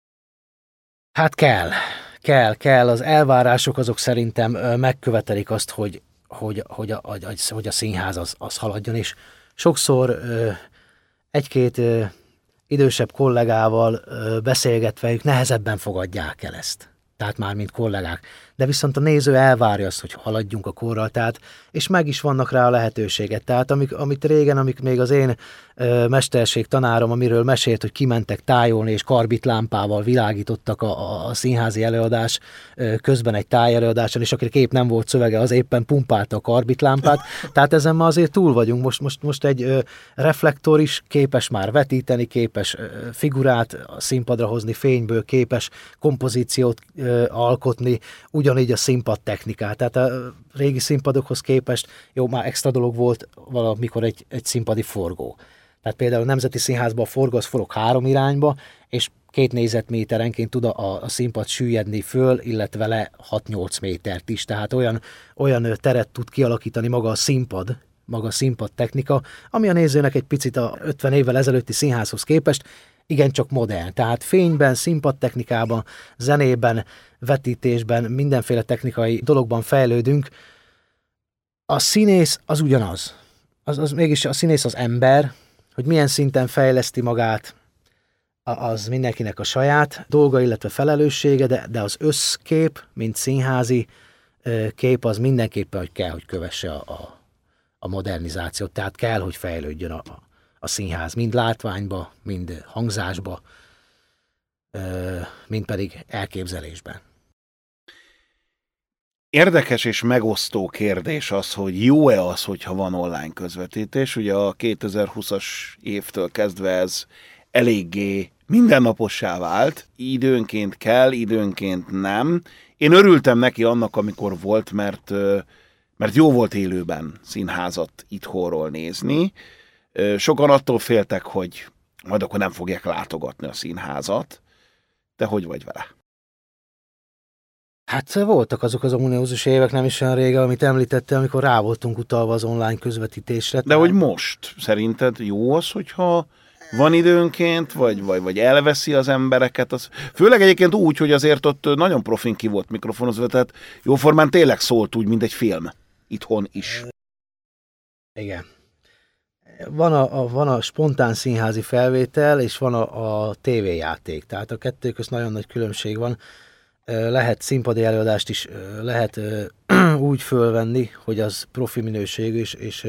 Hát kell. Kell, kell. Az elvárások azok szerintem megkövetelik azt, hogy, hogy, hogy, a, hogy a színház az, az haladjon, és sokszor egy-két idősebb kollégával beszélgetve ők nehezebben fogadják el ezt. Tehát már mint kollégák. De viszont a néző elvárja azt, hogy haladjunk a korral, tehát, és meg is vannak rá a lehetőséget. Tehát amik, amit régen, amik még az én ö, mesterség tanárom, amiről mesélt, hogy kimentek tájolni, és karbitlámpával világítottak a, a, a színházi előadás ö, közben egy tájelőadáson, és akinek épp nem volt szövege, az éppen pumpálta a karbitlámpát. Tehát ezen ma azért túl vagyunk. Most, most, most egy ö, reflektor is képes már vetíteni, képes ö, figurát a színpadra hozni fényből, képes kompozíciót ö, alkotni, ugyanígy a színpad technikát. Tehát a régi színpadokhoz képest, jó, már extra dolog volt valamikor egy, egy színpadi forgó. Tehát például a Nemzeti Színházban a forgó az forog három irányba, és két négyzetméterenként tud a, a színpad süllyedni föl, illetve le hat-nyolc métert is. Tehát olyan, olyan teret tud kialakítani maga a színpad, maga a színpad technika, ami a nézőnek egy picit a ötven évvel ezelőtti színházhoz képest igencsak modern. Tehát fényben, színpadtechnikában, zenében, vetítésben, mindenféle technikai dologban fejlődünk. A színész az ugyanaz. Az, az mégis a színész az ember, hogy milyen szinten fejleszti magát, az mindenkinek a saját dolga, illetve felelőssége, de, de az összkép, mint színházi kép, az mindenképpen, hogy kell, hogy kövesse a, a, a modernizációt. Tehát kell, hogy fejlődjön a, a színház, mind látványba, mind hangzásba, mind pedig elképzelésben. Érdekes és megosztó kérdés az, hogy jó-e az, hogyha van online közvetítés. Ugye a kétezer-húszas évtől kezdve ez eléggé mindennapossá vált. Időnként kell, időnként nem. Én örültem neki annak, amikor volt, mert, mert jó volt élőben színházat itthonról nézni. Sokan attól féltek, hogy majd akkor nem fogják látogatni a színházat. Te hogy vagy vele? Hát voltak azok az ominózus évek, nem is olyan régen, amit említette, amikor rá voltunk utalva az online közvetítésre. De hogy most? Szerinted jó az, hogyha van időnként, vagy, vagy, vagy elveszi az embereket? Az... Főleg egyébként úgy, hogy azért ott nagyon profin ki volt mikrofonozva, tehát jóformán tényleg szólt úgy, mint egy film. Itthon is. Igen. Van a, a, van a spontán színházi felvétel, és van a, a tévéjáték. Tehát a kettő közt nagyon nagy különbség van. Lehet színpadi előadást is lehet úgy fölvenni, hogy az profi minőségű, és, és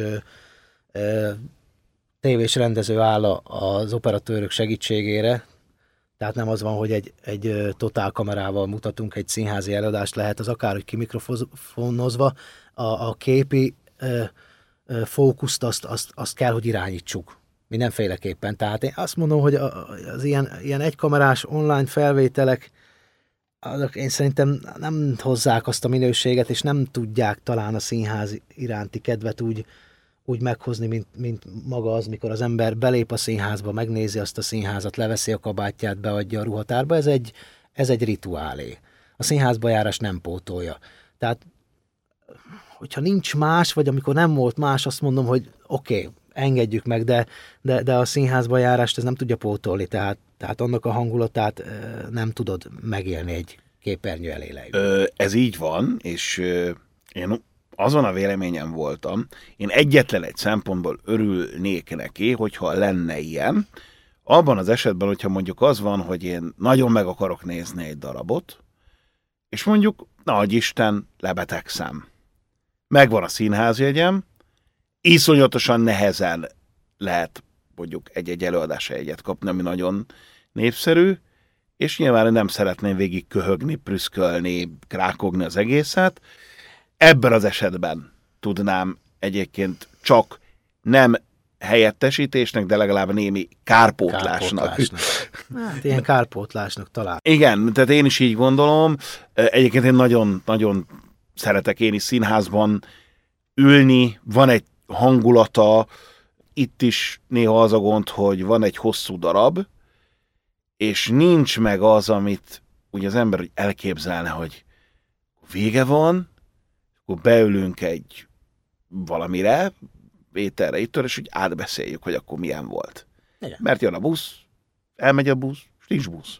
tévés rendező áll az operatőrök segítségére. Tehát nem az van, hogy egy, egy totál kamerával mutatunk egy színházi előadást, lehet az akárhogy kimikrofonozva. A, a képi fókuszt azt, azt, azt kell, hogy irányítsuk. Mindenféleképpen. Tehát én azt mondom, hogy az ilyen, ilyen egykamerás online felvételek, azok én szerintem nem hozzák azt a minőséget, és nem tudják talán a színház iránti kedvet úgy, úgy meghozni, mint, mint maga az, mikor az ember belép a színházba, megnézi azt a színházat, leveszi a kabátját, beadja a ruhatárba. Ez egy, ez egy rituálé. A színházba járás nem pótolja. Tehát, hogyha nincs más, vagy amikor nem volt más, azt mondom, hogy oké, okay, engedjük meg, de, de, de a színházba járást ez nem tudja pótolni, tehát, tehát annak a hangulatát nem tudod megélni egy képernyő elé leülni. Ez így van, és én azon a véleményem voltam, én egyetlen egy szempontból örülnék neki, hogyha lenne ilyen, abban az esetben, hogyha mondjuk az van, hogy én nagyon meg akarok nézni egy darabot, és mondjuk, nagy Isten, lebetegszem. Megvan a színházjegyem, iszonyatosan nehezen lehet mondjuk egy-egy előadásra egyet kapni, ami nagyon népszerű, és nyilván nem szeretném végig köhögni, prüszkölni, krákogni az egészet. Ebben az esetben tudnám egyébként csak nem helyettesítésnek, de legalább némi kárpótlásnak. kárpótlásnak. Hát ilyen kárpótlásnak talán. Igen, tehát én is így gondolom. Egyébként én nagyon-nagyon szeretek én is színházban ülni, van egy hangulata, itt is néha az a gond, hogy van egy hosszú darab, és nincs meg az, amit ugye az ember elképzelne, hogy vége van, akkor beülünk egy valamire, ételre, ittől, és úgy átbeszéljük, hogy akkor milyen volt. Igen. Mert jön a busz, elmegy a busz, és nincs busz.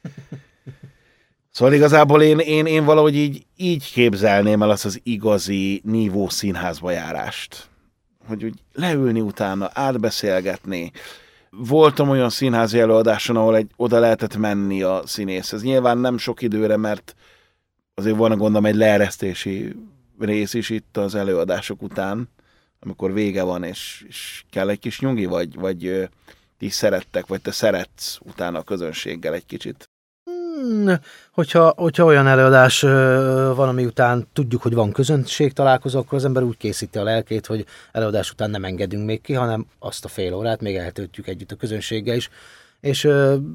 Szóval igazából én, én, én valahogy így, így képzelném el azt az igazi nívó színházba járást. Hogy úgy leülni utána, átbeszélgetni. Voltam olyan színházi előadáson, ahol egy, oda lehetett menni a színészhez. Nyilván nem sok időre, mert azért van, gondolom, egy leeresztési rész is itt az előadások után, amikor vége van, és, és kell egy kis nyugi, vagy, vagy ti szerettek, vagy te szeretsz utána a közönséggel egy kicsit? Hmm, hogyha, hogyha olyan előadás van, ami után tudjuk, hogy van közönség találkozó, akkor az ember úgy készíti a lelkét, hogy előadás után nem engedünk még ki, hanem azt a fél órát még eltöltjük együtt a közönséggel is. És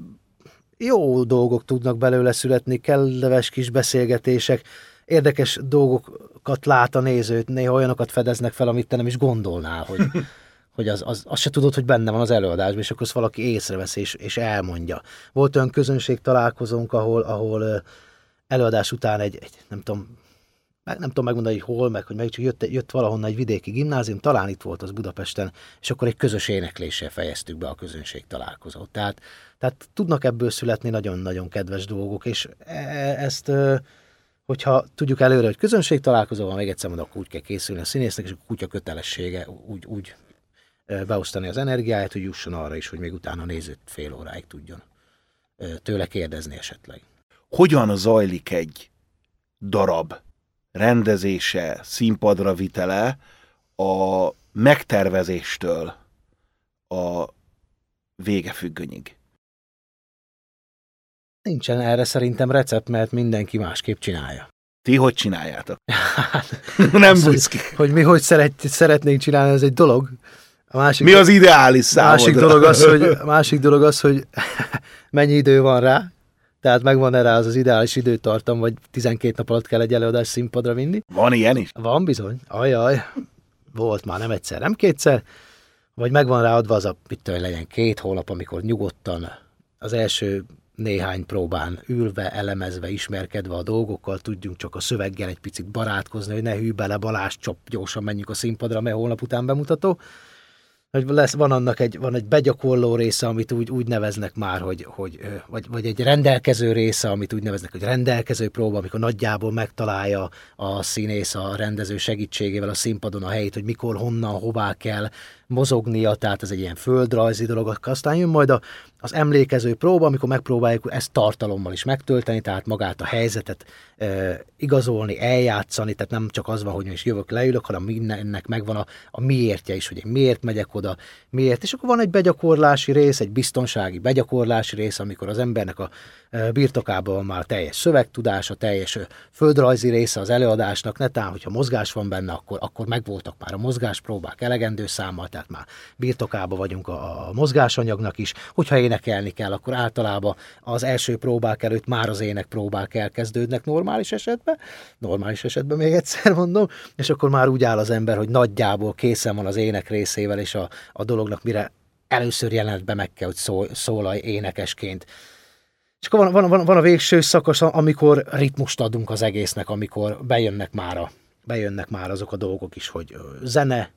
jó dolgok tudnak belőle születni, kellemes kis beszélgetések, érdekes dolgokat lát a nézőt, néha olyanokat fedeznek fel, amit te nem is gondolnál, hogy, hogy az, az, az se tudod, hogy benne van az előadásban, és akkor azt valaki észrevesz és, és elmondja. Volt olyan közönség találkozónk, ahol, ahol előadás után egy, egy nem tudom, meg, nem tudom megmondani, hogy hol, meg hogy meg csak jött, jött valahonnan egy vidéki gimnázium, talán itt volt az Budapesten, és akkor egy közös énekléssel fejeztük be a közönség találkozót. Tehát, tehát tudnak ebből születni nagyon-nagyon kedves dolgok, és ezt... hogyha tudjuk előre, hogy közönség találkozóval, még egyszer mondok, úgy kell készülni a színésznek, és a kutya kötelessége úgy, úgy beosztani az energiáját, hogy jusson arra is, hogy még utána nézőt fél óráig tudjon tőle kérdezni esetleg. Hogyan zajlik egy darab rendezése, színpadra vitele a megtervezéstől a végefüggönyig? Nincsen erre szerintem recept, mert mindenki másképp csinálja. Ti hogy csináljátok? Nem bújsz ki. Hogy mi hogy szeret, szeretnénk csinálni, ez egy dolog. A másik mi az ideális számodra? Másik dolog az, hogy, másik dolog az, hogy mennyi idő van rá, tehát megvan erre az az ideális időtartam, vagy tizenkét nap alatt kell egy előadás színpadra vinni. Van ilyen is? Van bizony. Ajaj. Volt már nem egyszer, nem kétszer. Vagy megvan rá adva az a, mit tudom, legyen két hónap, amikor nyugodtan az első néhány próbán ülve, elemezve, ismerkedve a dolgokkal, tudjunk csak a szöveggel egy picit barátkozni, hogy ne hű bele Balázs, csop, gyorsan menjünk a színpadra, mert holnap után bemutató. Hogy lesz, van annak egy, van egy begyakorló része, amit úgy, úgy neveznek már, hogy, hogy vagy, vagy egy rendelkező része, amit úgy neveznek, hogy rendelkező próba, amikor nagyjából megtalálja a színész a rendező segítségével a színpadon a helyét, hogy mikor, honnan, hová kell mozognia, tehát ez egy ilyen földrajzi dolog. Aztán jön majd a, az emlékező próba, amikor megpróbáljuk ezt tartalommal is megtölteni, tehát magát a helyzetet e, igazolni, eljátszani, tehát nem csak az van, hogy is jövök, leülök, hanem mindennek megvan a, a miértje is, hogy én miért megyek oda, miért. És akkor van egy begyakorlási rész, egy biztonsági begyakorlási rész, amikor az embernek a e, birtokában van már teljes szövegtudása, teljes e, földrajzi része az előadásnak, netán, hogyha mozgás van benne, akkor, akkor megvoltak már a mozgáspróbák elegendő számmal, tehát már birtokában vagyunk a, a mozgásanyagnak is. Hogyha énekelni kell, akkor általában az első próbák előtt már az énekpróbák elkezdődnek normális esetben, normális esetben még egyszer mondom, és akkor már úgy áll az ember, hogy nagyjából készen van az ének részével, és a, a dolognak mire először jelenetben meg kell, hogy szól, szólalj énekesként. És akkor van, van, van, van a végső szakasz, amikor ritmust adunk az egésznek, amikor bejönnek már, a, bejönnek már azok a dolgok is, hogy zene,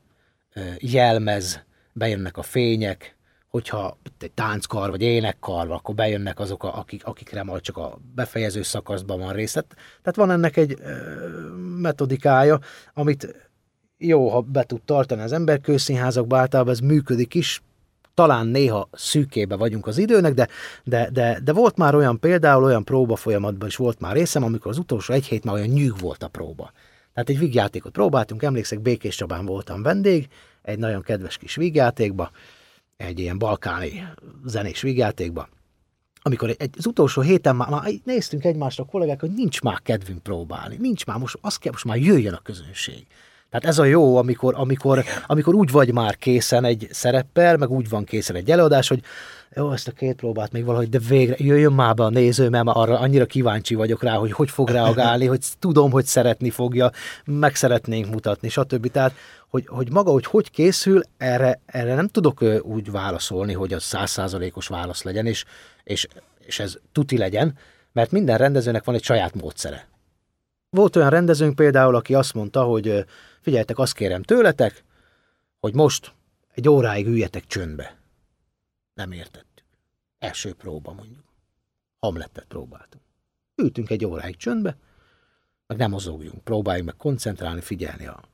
jelmez, bejönnek a fények, hogyha egy tánckar vagy énekkar, akkor bejönnek azok, a, akik, akikre majd csak a befejező szakaszban van rész. Tehát van ennek egy metodikája, amit jó, ha be tud tartani az ember, közszínházakban általában ez működik is, talán néha szűkébe vagyunk az időnek, de, de, de, de volt már olyan például, olyan próba folyamatban is volt már részem, amikor az utolsó egy hét már olyan nyűg volt a próba. Tehát egy vígjátékot próbáltunk, emlékszek, Békés Csabán voltam vendég, egy nagyon kedves kis vígjátékba, egy ilyen balkáni zenés vígjátékba, amikor egy, az utolsó héten már, már néztünk egymásra a kollégák, hogy nincs már kedvünk próbálni, nincs már, most azt kell, most már jöjjön a közönség. Tehát ez a jó, amikor, amikor, amikor úgy vagy már készen egy szereppel, meg úgy van készen egy előadás, hogy jó, ezt a két próbát még valahogy, de végre jöjjön már be a néző, mert már arra annyira kíváncsi vagyok rá, hogy hogy fog reagálni, hogy tudom, hogy szeretni fogja, meg szeretnénk mutatni, stb. Tehát, hogy, hogy maga, hogy hogy készül, erre, erre nem tudok úgy válaszolni, hogy az száz százalékos válasz legyen, és, és, és ez tuti legyen, mert minden rendezőnek van egy saját módszere. Volt olyan rendezőnk például, aki azt mondta, hogy figyeljetek, azt kérem tőletek, hogy most egy óráig üljetek csöndbe. Nem értettük. Első próba mondjuk. Hamletet próbáltunk. Ültünk egy óráig csöndbe, meg nem mozogjunk, próbáljuk meg koncentrálni, figyelni a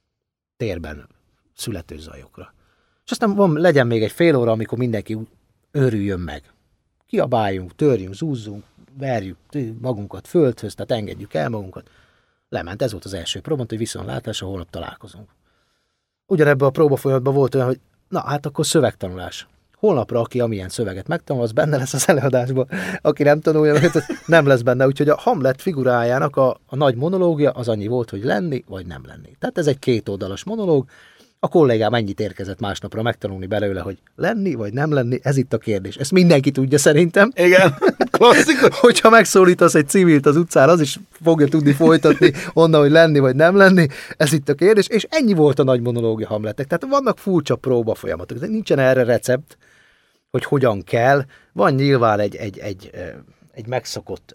térben születő zajokra. És aztán van, legyen még egy fél óra, amikor mindenki őrüljön meg. Kiabáljunk, törjünk, zúzzunk, verjük magunkat földhöz, tehát engedjük el magunkat. Lement, ez volt az első próba, hogy viszontlátásra holnap találkozunk. Ugyanebben a próba folyamatban volt olyan, hogy na hát akkor szövegtanulás. Holnapra, aki amilyen szöveget megtanul, az benne lesz az előadásban. Aki nem tanulja, nem lesz benne. Úgyhogy a Hamlet figurájának a, a nagy monológia az annyi volt, hogy lenni, vagy nem lenni. Tehát ez egy kétoldalas monológ. A kollégám ennyit érkezett másnapra megtanulni belőle, hogy lenni, vagy nem lenni, ez itt a kérdés. Ezt mindenki tudja szerintem. Igen, klasszikus. Hogyha megszólítasz egy civilt az utcán, az is fogja tudni folytatni onnan, hogy lenni, vagy nem lenni. Ez itt a kérdés, és ennyi volt a nagy monológia Hamletek. Tehát vannak furcsa próba folyamatok, de nincsen erre recept, hogy hogyan kell. Van nyilván egy, egy, egy, egy megszokott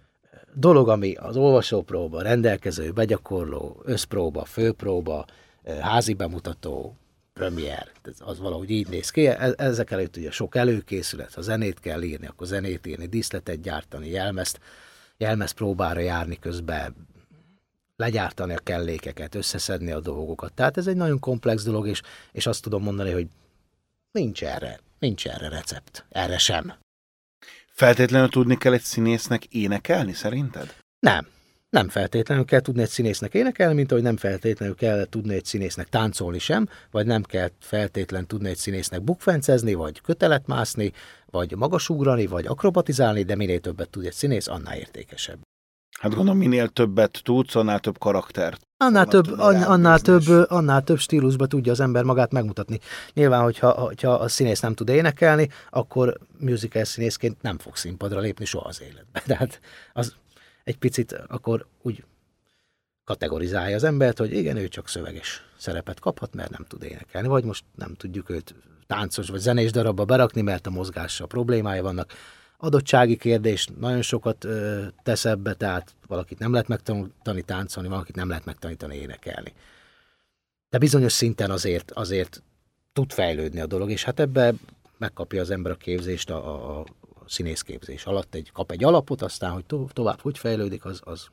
dolog, ami az olvasópróba, rendelkező, begyakorló, összpróba, főpróba, házi bemutató, premier, az valahogy így néz ki. Ezek előtt ugye sok előkészület, ha zenét kell írni, akkor zenét írni, díszletet gyártani, jelmezt, jelmez próbára járni közben, legyártani a kellékeket, összeszedni a dolgokat. Tehát ez egy nagyon komplex dolog, és, és azt tudom mondani, hogy nincs erre, nincs erre recept, erre sem. Feltétlenül tudni kell egy színésznek énekelni, szerinted? Nem. Nem feltétlenül kell tudni egy színésznek énekelni, mint ahogy nem feltétlenül kell tudni egy színésznek táncolni sem, vagy nem kell feltétlenül tudni egy színésznek bukfencezni, vagy kötelet mászni, vagy magasugrani, vagy akrobatizálni, de minél többet tud egy színész, annál értékesebb. Hát gondolom, minél többet tudsz, annál több karaktert. Annál több, annál, több, annál több stílusba tudja az ember magát megmutatni. Nyilván, hogyha, hogyha a színész nem tud énekelni, akkor musical színészként nem fog színpadra lépni soha az életbe. Tehát az egy picit akkor úgy kategorizálja az embert, hogy igen, ő csak szöveges szerepet kaphat, mert nem tud énekelni, vagy most nem tudjuk őt táncos vagy zenés darabba berakni, mert a mozgással problémája vannak. Adottsági kérdés nagyon sokat ö, tesz ebbe, tehát valakit nem lehet megtanítani táncolni, valakit nem lehet megtanítani énekelni. De bizonyos szinten azért, azért tud fejlődni a dolog, és hát ebbe megkapja az ember a képzést a, a, a színészképzés alatt, egy, kap egy alapot, aztán, hogy to, tovább hogy fejlődik, az, az,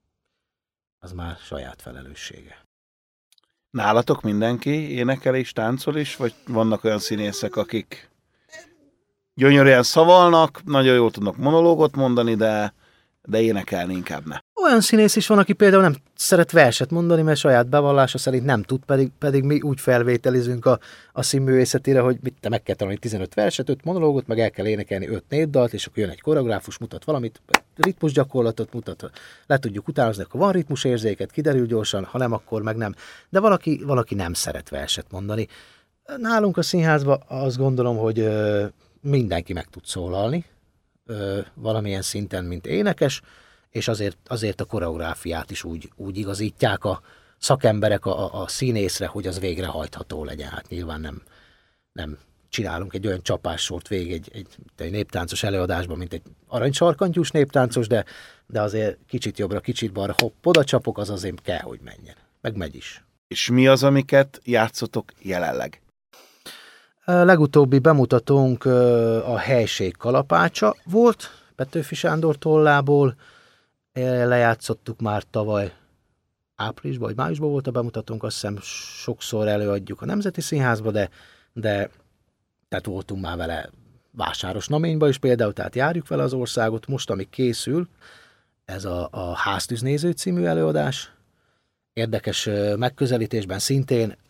az már saját felelőssége. Nálatok mindenki énekel és táncol is, vagy vannak olyan színészek, akik gyönyörűen szavalnak, nagyon jól tudnak monológot mondani, de, de énekelni inkább ne? Olyan színész is van, aki például nem szeret verset mondani, mert saját bevallása szerint nem tud, pedig, pedig mi úgy felvételizünk a, a színművészetére, hogy mit te meg kell tanulni tizenöt verset, öt monológot, meg el kell énekelni öt népdalt, és akkor jön egy koreográfus, mutat valamit, ritmusgyakorlatot mutat, le tudjuk utánozni, akkor van ritmusérzéket, kiderül gyorsan, ha nem, akkor meg nem. De valaki, valaki nem szeret verset mondani. Nálunk a színházban azt gondolom, hogy ö, mindenki meg tud szólalni, ö, valamilyen szinten, mint énekes, és azért, azért a koreográfiát is úgy, úgy igazítják a szakemberek a, a színészre, hogy az végrehajtható legyen. Hát nyilván nem, nem csinálunk egy olyan csapássort végig egy, egy, egy néptáncos előadásban, mint egy aranysarkantyús néptáncos, de, de azért kicsit jobbra, kicsit balra, hopp, oda csapok, az azért kell, hogy menjen. Meg megy is. És mi az, amiket játszotok jelenleg? A legutóbbi bemutatónk a Helység kalapácsa volt, Petőfi Sándor tollából. Lejátszottuk már tavaly áprilisban, vagy májusban volt a bemutatónk, azt hiszem sokszor előadjuk a Nemzeti Színházba, de, de tehát voltunk már vele Vásáros Naményba is például, tehát járjuk vele az országot. Most, ami készül, ez a, a Háztűznéző című előadás. Érdekes megközelítésben szintén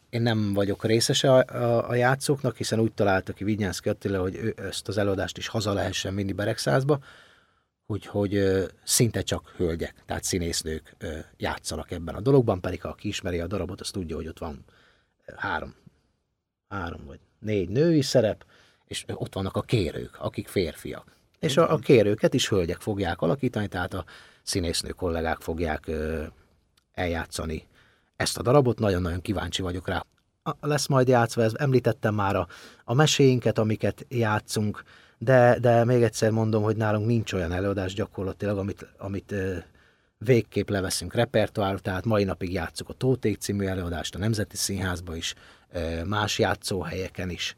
én nem vagyok részese a, a, a játszóknak, hiszen úgy találta ki Vignyánszky Attila, hogy ő ezt az előadást is haza lehessen vinni Beregszázba, úgyhogy ö, szinte csak hölgyek, tehát színésznők ö, játszanak ebben a dologban, pedig ha aki ismeri a darabot, az tudja, hogy ott van három, három vagy négy női szerep, és ott vannak a kérők, akik férfiak. És a, a kérőket is hölgyek fogják alakítani, tehát a színésznő kollégák fogják ö, eljátszani ezt a darabot, nagyon-nagyon kíváncsi vagyok rá. A, lesz majd játszva, ez, említettem már a, a meséinket, amiket játszunk, de, de még egyszer mondom, hogy nálunk nincs olyan előadás gyakorlatilag, amit, amit ö, végképp leveszünk repertoárra, tehát mai napig játszuk a Tóték című előadást a Nemzeti Színházba is, ö, más játszóhelyeken is.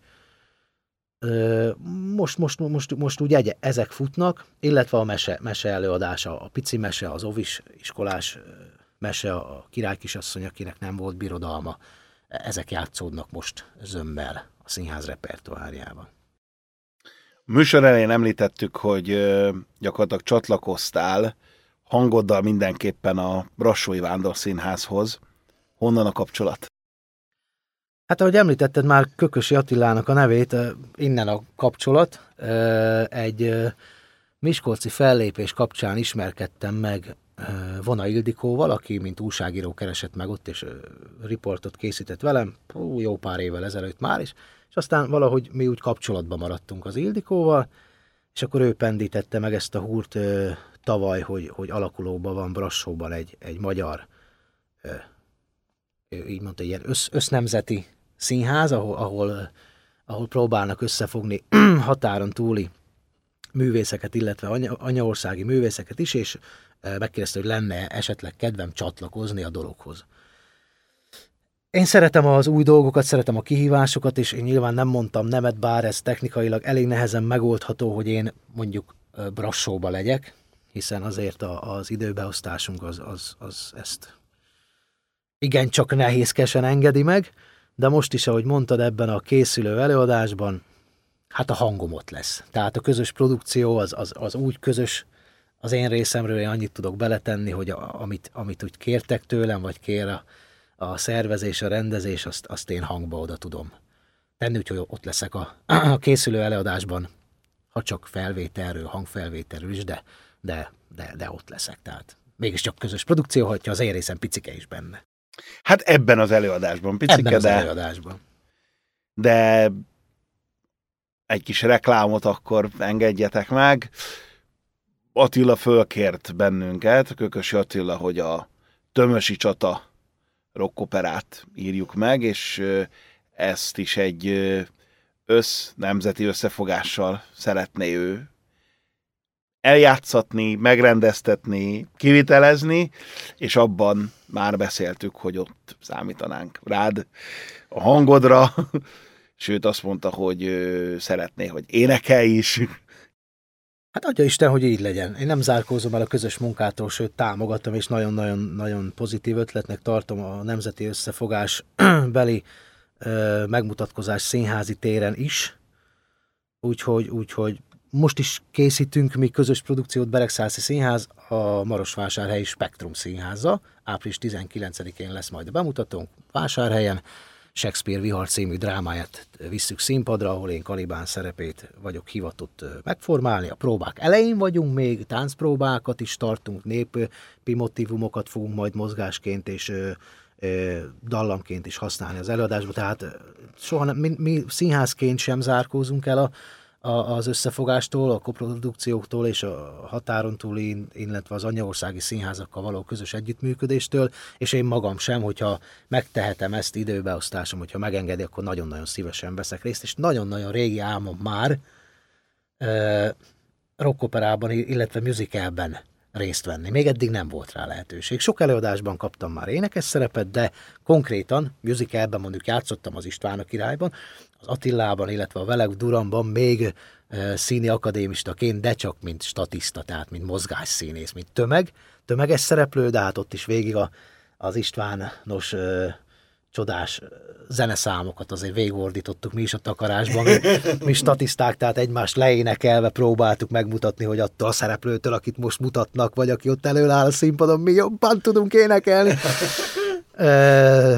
Most, most, most, most úgy egy, ezek futnak, illetve a mese, mese előadása, a pici mese, az ovis iskolás mese, a király kisasszony, akinek nem volt birodalma, ezek játszódnak most zömmel a színház repertoárjában. A műsor elején említettük, hogy gyakorlatilag csatlakoztál hangoddal mindenképpen a Brassói Vándorszínházhoz. Honnan a kapcsolat? Hát ahogy említetted már Kökösi Attilának a nevét, innen a kapcsolat. Egy miskolci fellépés kapcsán ismerkedtem meg Vona Ildikóval, aki mint újságíró keresett meg ott, és riportot készített velem, jó pár évvel ezelőtt már is, és aztán valahogy mi úgy kapcsolatban maradtunk az Ildikóval, és akkor ő pendítette meg ezt a húrt tavaly, hogy, hogy alakulóban van Brassóban egy, egy magyar, így mondta, ilyen össz, össznemzeti színház, ahol, ahol, ahol próbálnak összefogni határon túli művészeket, illetve anya, anyaországi művészeket is, és megkérdezte, hogy lenne esetleg kedvem csatlakozni a dologhoz. Én szeretem az új dolgokat, szeretem a kihívásokat, és én nyilván nem mondtam nemet, bár ez technikailag elég nehezen megoldható, hogy én mondjuk Brassóba legyek, hiszen azért a, az időbeosztásunk az, az, az ezt igen csak nehézkesen engedi meg, de most is, ahogy mondtad, ebben a készülő előadásban, hát a hangom ott lesz. Tehát a közös produkció az, az, az úgy közös, az én részemről én annyit tudok beletenni, hogy a, amit, amit úgy kértek tőlem, vagy kér a, a szervezés, a rendezés, azt, azt én hangba oda tudom tenni, úgyhogy ott leszek a, a készülő előadásban, ha csak felvételről, hangfelvételről is, de, de, de, de ott leszek. Tehát mégiscsak közös produkció, hogyha az én részem picike is benne. Hát ebben az előadásban picike, ebben az de, előadásban. de egy kis reklámot akkor engedjetek meg. Attila fölkért bennünket, Kökösi Attila, hogy a Tömösi Csata rockoperát írjuk meg, és ezt is egy össz, nemzeti összefogással szeretné ő eljátszatni, megrendeztetni, kivitelezni, és abban már beszéltük, hogy ott számítanánk rád, a hangodra, sőt azt mondta, hogy szeretné, hogy énekelj is. Hát adja Isten, hogy így legyen. Én nem zárkózom el a közös munkától, sőt támogatom, és nagyon-nagyon pozitív ötletnek tartom a nemzeti összefogás beli ö, megmutatkozás színházi téren is. Úgyhogy, úgyhogy most is készítünk mi közös produkciót Beregszászi Színház a Marosvásárhelyi Spektrum Színházzal. április tizenkilencedikén lesz majd a bemutatónk Vásárhelyen. Shakespeare Vihar című drámáját visszük színpadra, ahol én Kalibán szerepét vagyok hivatott megformálni. A próbák elején vagyunk még, táncpróbákat is tartunk, népi motívumokat fogunk majd mozgásként és ö, ö, dallamként is használni az előadásban. Tehát soha nem, mi, mi színházként sem zárkózunk el a A, az összefogástól, a koprodukcióktól és a határon túli, illetve az anyaországi színházakkal való közös együttműködéstől, és én magam sem, hogyha megtehetem ezt időbeosztásom, hogyha megengedi, akkor nagyon-nagyon szívesen veszek részt, és nagyon-nagyon régi álmom már e, rockoperában, illetve musicalben részt venni. Még eddig nem volt rá lehetőség. Sok előadásban kaptam már énekes szerepet, de konkrétan musicalben mondjuk játszottam az István a Királyban, az Attilában, illetve a Veleg Duranban még e, színi akadémistaként, de csak mint statiszta, tehát mint mozgásszínész, mint tömeg, tömeges szereplő, de hát ott is végig a, az Istvános e, csodás zeneszámokat azért végigordítottuk mi is a takarásban, mi, mi statiszták, tehát egymást leénekelve próbáltuk megmutatni, hogy attól a szereplőtől, akit most mutatnak, vagy aki ott előáll a színpadon, mi jobban tudunk énekelni. E,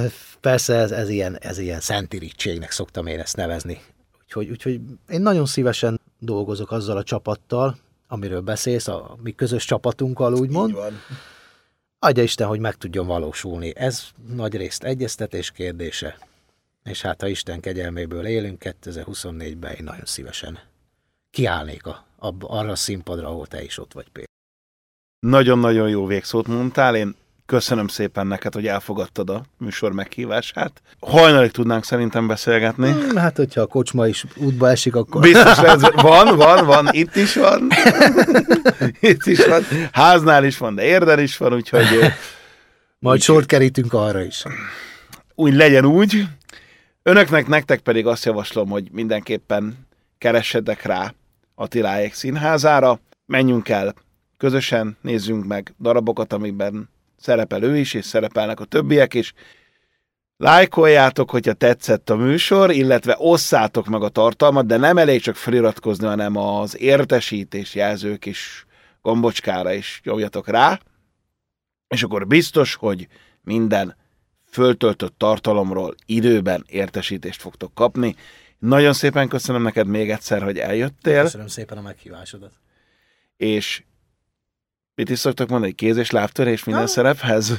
persze ez, ez, ilyen, ez ilyen szentirigységnek szoktam én ezt nevezni. Úgyhogy, úgyhogy én nagyon szívesen dolgozok azzal a csapattal, amiről beszélsz, a mi közös csapatunkkal, úgymond. Így van. Adja Isten, hogy meg tudjon valósulni. Ez nagyrészt egyeztetés kérdése. És hát ha Isten kegyelméből élünk kétezer-huszonnégyben, én nagyon szívesen kiállnék a, a, arra a színpadra, ahol te is ott vagy, Péter. Nagyon-nagyon jó végszót mondtál, én köszönöm szépen neked, hogy elfogadtad a műsor meghívását. Hajnalig tudnánk szerintem beszélgetni. Hmm, hát, hogyha a kocsma is útba esik, akkor... Biztos lesz, van, van, van, itt is van. Itt is van. Háznál is van, de érden is van, úgyhogy... Majd úgy, sort kerítünk arra is. Úgy legyen úgy. Önöknek, nektek pedig azt javaslom, hogy mindenképpen keressetek rá Attiláék színházára. Menjünk el, közösen nézzünk meg darabokat, amikben szerepel ő is, és szerepelnek a többiek is. Lájkoljátok, hogyha tetszett a műsor, illetve osszátok meg a tartalmat, de nem elég csak feliratkozni, hanem az értesítés jelző kis gombocskára is nyomjatok rá, és akkor biztos, hogy minden föltöltött tartalomról időben értesítést fogtok kapni. Nagyon szépen köszönöm neked még egyszer, hogy eljöttél. Köszönöm szépen a meghívásodat. És mit is szoktak mondani, kéz- és lábtörés minden ah. szerephez?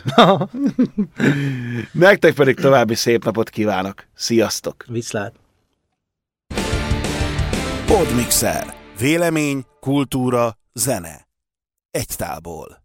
Nektek pedig további szép napot kívánok. Sziasztok! Viszlát! Podmixer. Vélemény, kultúra, zene. Egy tálból.